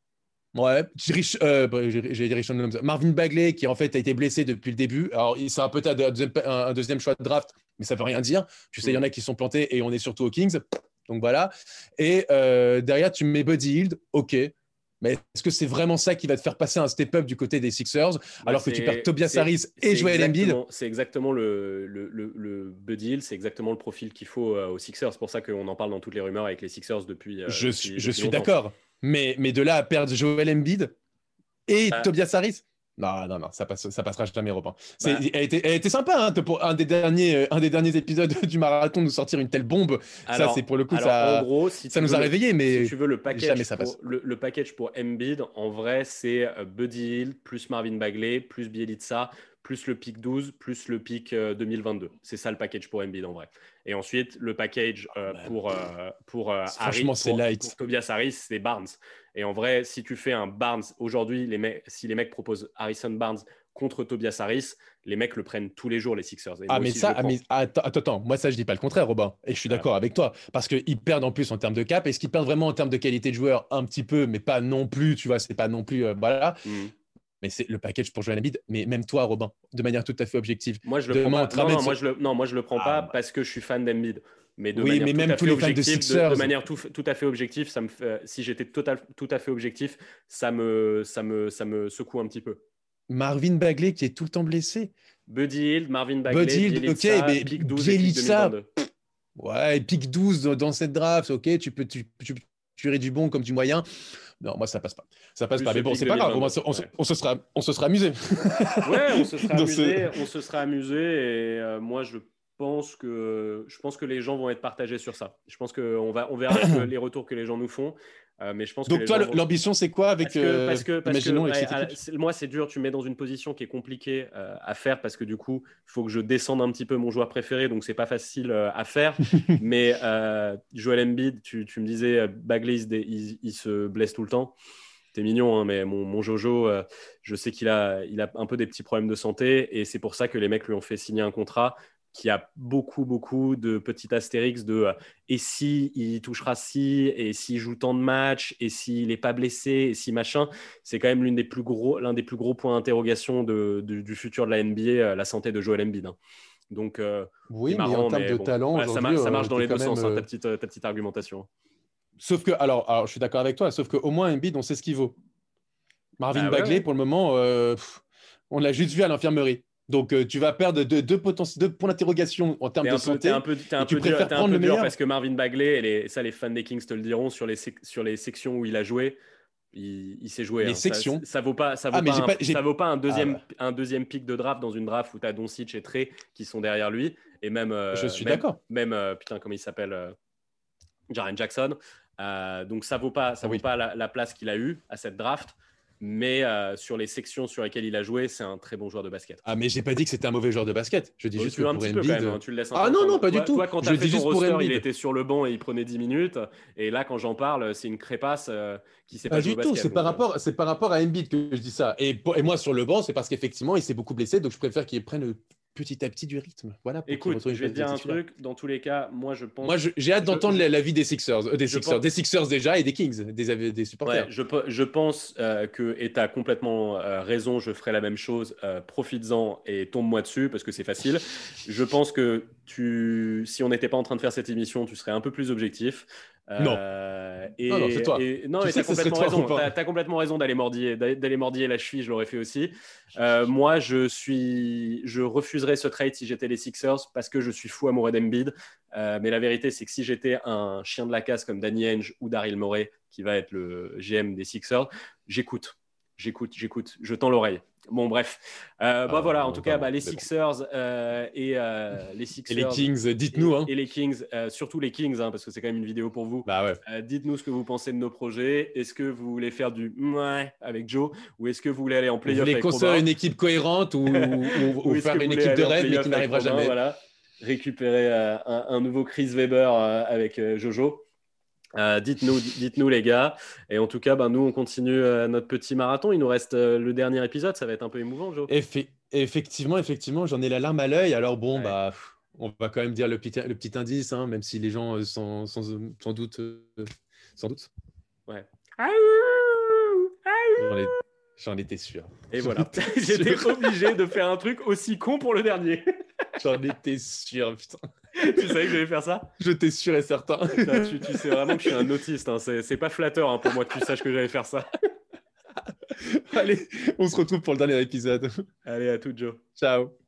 [SPEAKER 2] Ouais, Rich, euh, bah, j'ai j'ai dit Richard Holmes. Marvin Bagley, qui en fait a été blessé depuis le début. Alors, il- c'est un peut-être un deuxième, un deuxième choix de draft, mais ça veut rien dire. Tu sais, il y en a qui sont plantés et on est surtout aux Kings. Donc voilà. Et euh, derrière, tu mets Buddy Hield. OK. Mais est-ce que c'est vraiment ça qui va te faire passer un step-up du côté des Sixers
[SPEAKER 3] Bah,
[SPEAKER 2] alors que tu perds
[SPEAKER 3] c'est-
[SPEAKER 2] Tobias
[SPEAKER 3] c'est-
[SPEAKER 2] Harris et
[SPEAKER 3] c'est
[SPEAKER 2] Joel Embiid?
[SPEAKER 3] exactement, c'est exactement le, le, le, le Buddy Hield, c'est exactement le profil qu'il faut euh, aux Sixers. C'est pour ça qu'on en parle dans toutes les rumeurs avec les Sixers depuis, euh,
[SPEAKER 2] Je,
[SPEAKER 3] depuis,
[SPEAKER 2] suis- je
[SPEAKER 3] depuis
[SPEAKER 2] suis
[SPEAKER 3] longtemps.
[SPEAKER 2] d'accord. Mais, mais de là à perdre Joel Embiid et
[SPEAKER 3] Bah,
[SPEAKER 2] Tobias Harris? Non, non, non, ça, passe, ça passera jamais, Robin. C'est,
[SPEAKER 3] bah,
[SPEAKER 2] elle, était, elle était sympa, hein, pour un des, derniers, euh, un des derniers épisodes du marathon, de nous sortir une telle bombe. Ça, c'est
[SPEAKER 3] alors,
[SPEAKER 2] pour le coup,
[SPEAKER 3] alors en
[SPEAKER 2] ça,
[SPEAKER 3] gros, si
[SPEAKER 2] ça
[SPEAKER 3] tu
[SPEAKER 2] nous
[SPEAKER 3] veux
[SPEAKER 2] a
[SPEAKER 3] le,
[SPEAKER 2] réveillés,
[SPEAKER 3] si
[SPEAKER 2] mais
[SPEAKER 3] tu veux le
[SPEAKER 2] jamais
[SPEAKER 3] package
[SPEAKER 2] ça passe.
[SPEAKER 3] pour le, le package pour Embiid, en vrai, c'est euh, Buddy Hield plus Marvin Bagley plus Bielitsa plus le pick douze plus le pick euh, deux mille vingt-deux. C'est ça le package pour Embiid en vrai. Et ensuite, le package euh, pour euh, pour euh,
[SPEAKER 2] Franchement,
[SPEAKER 3] Harry,
[SPEAKER 2] c'est
[SPEAKER 3] pour,
[SPEAKER 2] light.
[SPEAKER 3] pour Tobias Harris, c'est Barnes. Et en vrai, si tu fais un Barnes aujourd'hui, les mecs, si les mecs proposent Harrison Barnes contre Tobias Harris, les mecs le prennent tous les jours, les Sixers. Et
[SPEAKER 2] Ah,
[SPEAKER 3] moi
[SPEAKER 2] mais
[SPEAKER 3] aussi, je
[SPEAKER 2] ça,
[SPEAKER 3] le
[SPEAKER 2] ah,
[SPEAKER 3] prends.
[SPEAKER 2] mais, attends, attends, attends, moi, ça, je dis pas le contraire, Robin. Et je suis
[SPEAKER 3] Voilà.
[SPEAKER 2] d'accord avec toi. Parce qu'ils perdent en plus en termes de cap. Est-ce qu'ils perdent vraiment en termes de qualité de joueur? Un petit peu, mais pas non plus, tu vois, c'est pas non plus. euh, voilà.
[SPEAKER 3] Mhm.
[SPEAKER 2] Mais c'est le package pour Joel Embiid. Mais même toi, Robin, de manière tout à fait objective.
[SPEAKER 3] Moi, je le
[SPEAKER 2] Demain,
[SPEAKER 3] prends
[SPEAKER 2] on
[SPEAKER 3] pas.
[SPEAKER 2] te
[SPEAKER 3] Non,
[SPEAKER 2] ramène
[SPEAKER 3] non,
[SPEAKER 2] ce-
[SPEAKER 3] moi, je le, non, moi, je le prends
[SPEAKER 2] Ah,
[SPEAKER 3] pas
[SPEAKER 2] bah.
[SPEAKER 3] parce que je suis fan d'Embiid. Mais de
[SPEAKER 2] Oui,
[SPEAKER 3] manière
[SPEAKER 2] mais
[SPEAKER 3] tout
[SPEAKER 2] même
[SPEAKER 3] à
[SPEAKER 2] tous
[SPEAKER 3] fait
[SPEAKER 2] les fans de
[SPEAKER 3] objective, de,
[SPEAKER 2] Sixers.
[SPEAKER 3] de manière tout, tout à fait objective, ça me fait, si j'étais total, tout à fait objectif, ça me, ça me, ça me secoue un petit peu.
[SPEAKER 2] Marvin Bagley qui est tout le temps blessé.
[SPEAKER 3] Buddy Hield, Marvin
[SPEAKER 2] Buddy
[SPEAKER 3] Bagley,
[SPEAKER 2] Hield, ok,
[SPEAKER 3] Bielitsa,
[SPEAKER 2] mais
[SPEAKER 3] pick douze et pick
[SPEAKER 2] Bielitsa,
[SPEAKER 3] deux mille vingt-deux.
[SPEAKER 2] ouais, pick douze dans, dans cette draft, ok, tu peux tu, tu, tu irais du bon comme du moyen. Non, moi, ça passe pas. Ça passe
[SPEAKER 3] Plus
[SPEAKER 2] pas. Mais
[SPEAKER 3] le
[SPEAKER 2] bon,
[SPEAKER 3] pick
[SPEAKER 2] c'est pas grave. On,
[SPEAKER 3] deux mille vingt-deux,
[SPEAKER 2] se- on se-
[SPEAKER 3] ouais.
[SPEAKER 2] on se sera, on se sera amusé.
[SPEAKER 3] Ouais, on se serait
[SPEAKER 2] Dans ce-
[SPEAKER 3] amusé, on se serait amusé et euh, moi je pense que je pense que les gens vont être partagés sur ça. Je pense que on va on verra ce que- les retours que les gens nous font, euh, mais je pense que
[SPEAKER 2] Donc,
[SPEAKER 3] les
[SPEAKER 2] toi,
[SPEAKER 3] gens
[SPEAKER 2] le-
[SPEAKER 3] vont-
[SPEAKER 2] l'ambition, c'est quoi avec.
[SPEAKER 3] parce que
[SPEAKER 2] euh,
[SPEAKER 3] parce que parce que
[SPEAKER 2] imaginons avec
[SPEAKER 3] ouais,
[SPEAKER 2] cette
[SPEAKER 3] à-
[SPEAKER 2] équipe
[SPEAKER 3] c'est- moi c'est dur, tu me mets dans une position qui est compliquée euh, à faire parce que du coup il faut que je descende un petit peu mon joueur préféré, donc c'est pas facile euh, à faire. Mais euh, Joel Embiid, tu, tu me disais euh, Bagley il, se dé- il- il se blesse tout le temps. T'es mignon, hein, mais mon, mon Jojo, euh, je sais qu'il a, il a un peu des petits problèmes de santé et c'est pour ça que les mecs lui ont fait signer un contrat qui a beaucoup, beaucoup de petits astérix de euh, et si il touchera ci, et s'il joue tant de matchs, et s'il n'est pas blessé, et si machin. C'est quand même l'une des plus gros, l'un des plus gros points d'interrogation de, de- du futur de la N B A, euh, la santé de Joel Embiid. Hein. Donc, euh,
[SPEAKER 2] Oui,
[SPEAKER 3] c'est
[SPEAKER 2] mais
[SPEAKER 3] marrant,
[SPEAKER 2] en termes
[SPEAKER 3] mais
[SPEAKER 2] de
[SPEAKER 3] bon.
[SPEAKER 2] talent,
[SPEAKER 3] Voilà, ça,
[SPEAKER 2] aujourd'hui,
[SPEAKER 3] mar- ça
[SPEAKER 2] euh,
[SPEAKER 3] marche dans
[SPEAKER 2] t'es
[SPEAKER 3] les deux
[SPEAKER 2] quand même,
[SPEAKER 3] sens, hein,
[SPEAKER 2] euh,
[SPEAKER 3] ta, petite, euh, ta petite argumentation.
[SPEAKER 2] Sauf que, alors, alors, je suis d'accord avec toi, sauf qu'au moins Embiid, on sait ce qu'il vaut. Marvin
[SPEAKER 3] Bah ouais,
[SPEAKER 2] Bagley,
[SPEAKER 3] ouais.
[SPEAKER 2] pour le moment, euh, pff, on l'a juste vu à l'infirmerie. Donc, euh, tu vas perdre deux, deux, poten- deux points d'interrogation en termes
[SPEAKER 3] T'es
[SPEAKER 2] de
[SPEAKER 3] un peu, t'es un
[SPEAKER 2] santé
[SPEAKER 3] peu, t'es
[SPEAKER 2] et
[SPEAKER 3] un
[SPEAKER 2] tu
[SPEAKER 3] peu dur,
[SPEAKER 2] préfères
[SPEAKER 3] t'es un
[SPEAKER 2] prendre
[SPEAKER 3] peu
[SPEAKER 2] le
[SPEAKER 3] dur
[SPEAKER 2] meilleur.
[SPEAKER 3] parce que Marvin Bagley, et les- ça les fans des Kings te le diront, sur les, sec- sur les sections où il a joué, il, il s'est joué.
[SPEAKER 2] Les
[SPEAKER 3] Hein. Ça,
[SPEAKER 2] sections.
[SPEAKER 3] ça vaut pas, ça vaut
[SPEAKER 2] Ah, mais
[SPEAKER 3] pas
[SPEAKER 2] j'ai
[SPEAKER 3] un,
[SPEAKER 2] pas.
[SPEAKER 3] ça
[SPEAKER 2] j'ai-
[SPEAKER 3] vaut pas un
[SPEAKER 2] Ah,
[SPEAKER 3] deuxième,
[SPEAKER 2] bah,
[SPEAKER 3] un deuxième pick de draft dans une draft où t'as Doncic et Trey qui sont derrière lui, et même,
[SPEAKER 2] je
[SPEAKER 3] euh,
[SPEAKER 2] suis
[SPEAKER 3] même,
[SPEAKER 2] d'accord.
[SPEAKER 3] même, euh, putain, comment il s'appelle, euh, Jaren Jackson. Euh, donc ça vaut pas, ça
[SPEAKER 2] Ah
[SPEAKER 3] vaut
[SPEAKER 2] oui.
[SPEAKER 3] pas la, la place qu'il a eue à cette draft, mais euh, sur les sections sur lesquelles il a joué, c'est un très bon joueur de basket.
[SPEAKER 2] Ah, mais j'ai pas dit que c'était un mauvais joueur de basket. Je dis
[SPEAKER 3] Oh,
[SPEAKER 2] juste que
[SPEAKER 3] tu un
[SPEAKER 2] pour
[SPEAKER 3] petit peu quand
[SPEAKER 2] Embiid.
[SPEAKER 3] même,
[SPEAKER 2] euh,
[SPEAKER 3] hein, tu le laisses un peu
[SPEAKER 2] Ah non, non,
[SPEAKER 3] entendre.
[SPEAKER 2] pas du
[SPEAKER 3] Toi,
[SPEAKER 2] tout.
[SPEAKER 3] toi, quand tu
[SPEAKER 2] Je
[SPEAKER 3] as fait
[SPEAKER 2] dis
[SPEAKER 3] ton
[SPEAKER 2] juste pour
[SPEAKER 3] roster, il
[SPEAKER 2] Embiid.
[SPEAKER 3] était sur le banc et il prenait dix minutes. Et là, quand j'en parle, c'est une crépasse euh, qui sait
[SPEAKER 2] Pas
[SPEAKER 3] pas jouer au
[SPEAKER 2] du tout,
[SPEAKER 3] basket.
[SPEAKER 2] c'est par
[SPEAKER 3] donc, euh,
[SPEAKER 2] rapport, c'est par rapport à Embiid que je dis ça. Et, pour- et moi, sur le banc, c'est parce qu'effectivement, il s'est beaucoup blessé, donc je préfère qu'il prenne petit à petit du rythme. Voilà, pour qu'il
[SPEAKER 3] Écoute,
[SPEAKER 2] retrouve une
[SPEAKER 3] je vais
[SPEAKER 2] place
[SPEAKER 3] te
[SPEAKER 2] de
[SPEAKER 3] dire un
[SPEAKER 2] titulaire.
[SPEAKER 3] truc. Dans tous les cas, moi, je
[SPEAKER 2] Moi,
[SPEAKER 3] pense.
[SPEAKER 2] je- j'ai hâte
[SPEAKER 3] je,
[SPEAKER 2] d'entendre
[SPEAKER 3] je-
[SPEAKER 2] l'avis des Sixers, euh, des
[SPEAKER 3] je
[SPEAKER 2] Sixers,
[SPEAKER 3] pense-
[SPEAKER 2] des Sixers déjà et des Kings, des, des
[SPEAKER 3] Ouais,
[SPEAKER 2] supporters.
[SPEAKER 3] je, pe- je pense euh, que, et tu as complètement euh, raison, je ferai la même chose. Euh, profites-en et tombe-moi dessus parce que c'est facile. Je pense que tu, si on n'était pas en train de faire cette émission, tu serais un peu plus objectif.
[SPEAKER 2] Non,
[SPEAKER 3] Euh,
[SPEAKER 2] non, non, c'est toi.
[SPEAKER 3] et, et- non,
[SPEAKER 2] Tu
[SPEAKER 3] mais tu
[SPEAKER 2] sais
[SPEAKER 3] as
[SPEAKER 2] que ce serait
[SPEAKER 3] complètement
[SPEAKER 2] toi ou
[SPEAKER 3] raison. Tu
[SPEAKER 2] pas?
[SPEAKER 3] as, complètement raison d'aller mordiller, d'aller d'aller mordiller la cheville, je l'aurais fait aussi. Euh, moi, je, suis, je refuserais ce trade si j'étais les Sixers parce que je suis fou amoureux d'Embiid. Euh, mais la vérité, c'est que si j'étais un chien de la casse comme Danny Ainge ou Daryl Morey, qui va être le G M des Sixers, j'écoute, j'écoute, j'écoute, je tends l'oreille. Bon, bref. Euh, bah
[SPEAKER 2] Ah,
[SPEAKER 3] voilà, en
[SPEAKER 2] non,
[SPEAKER 3] tout
[SPEAKER 2] pas
[SPEAKER 3] cas, bah,
[SPEAKER 2] moi,
[SPEAKER 3] les
[SPEAKER 2] mais bon.
[SPEAKER 3] Sixers euh, et euh, les
[SPEAKER 2] Et les
[SPEAKER 3] Sixers
[SPEAKER 2] Kings,
[SPEAKER 3] et,
[SPEAKER 2] dites-nous, hein.
[SPEAKER 3] et les Kings, euh, surtout les Kings, hein, parce que c'est quand même une vidéo pour vous.
[SPEAKER 2] Bah ouais.
[SPEAKER 3] Euh, dites-nous ce que vous pensez de nos projets. Est-ce que vous voulez faire du ouais avec Joe ou est-ce que vous voulez aller en
[SPEAKER 2] Vous
[SPEAKER 3] playoff
[SPEAKER 2] voulez
[SPEAKER 3] avec
[SPEAKER 2] construire
[SPEAKER 3] Robin
[SPEAKER 2] une équipe cohérente ou, ou,
[SPEAKER 3] ou
[SPEAKER 2] ou
[SPEAKER 3] est-ce que
[SPEAKER 2] faire
[SPEAKER 3] vous
[SPEAKER 2] une
[SPEAKER 3] voulez
[SPEAKER 2] équipe de
[SPEAKER 3] aller en
[SPEAKER 2] rêve mais
[SPEAKER 3] playoff
[SPEAKER 2] qui
[SPEAKER 3] avec
[SPEAKER 2] n'arrivera
[SPEAKER 3] Robin,
[SPEAKER 2] jamais?
[SPEAKER 3] voilà. Récupérer euh, un, un nouveau Chris Weber euh, avec euh, Jojo. Euh, dites-nous, dites-nous les gars. Et en tout cas, ben, nous, on continue euh, notre petit marathon. Il nous reste euh, le dernier épisode. Ça va être un peu émouvant, Joe.
[SPEAKER 2] Effe- effectivement, effectivement, j'en ai la larme à l'œil. Alors bon,
[SPEAKER 3] Ouais.
[SPEAKER 2] bah, pff, on va quand même dire le petit, le petit indice, hein, même si les gens euh, sans, sans, sans doute, euh, sans doute,
[SPEAKER 3] Ouais.
[SPEAKER 2] j'en ai- j'en étais sûr.
[SPEAKER 3] Et
[SPEAKER 2] J'en
[SPEAKER 3] voilà.
[SPEAKER 2] étais
[SPEAKER 3] J'étais
[SPEAKER 2] sûr.
[SPEAKER 3] obligé de faire un truc aussi con pour le dernier.
[SPEAKER 2] J'en étais sûr, putain.
[SPEAKER 3] Tu savais que j'allais faire ça?
[SPEAKER 2] J'étais sûr et certain.
[SPEAKER 3] Putain, tu, tu sais vraiment que je suis un autiste. Hein. C'est, c'est pas flatteur hein, pour moi que tu saches que j'allais faire ça.
[SPEAKER 2] Allez, on se retrouve pour le dernier épisode.
[SPEAKER 3] Allez, à tout, Joe.
[SPEAKER 2] Ciao.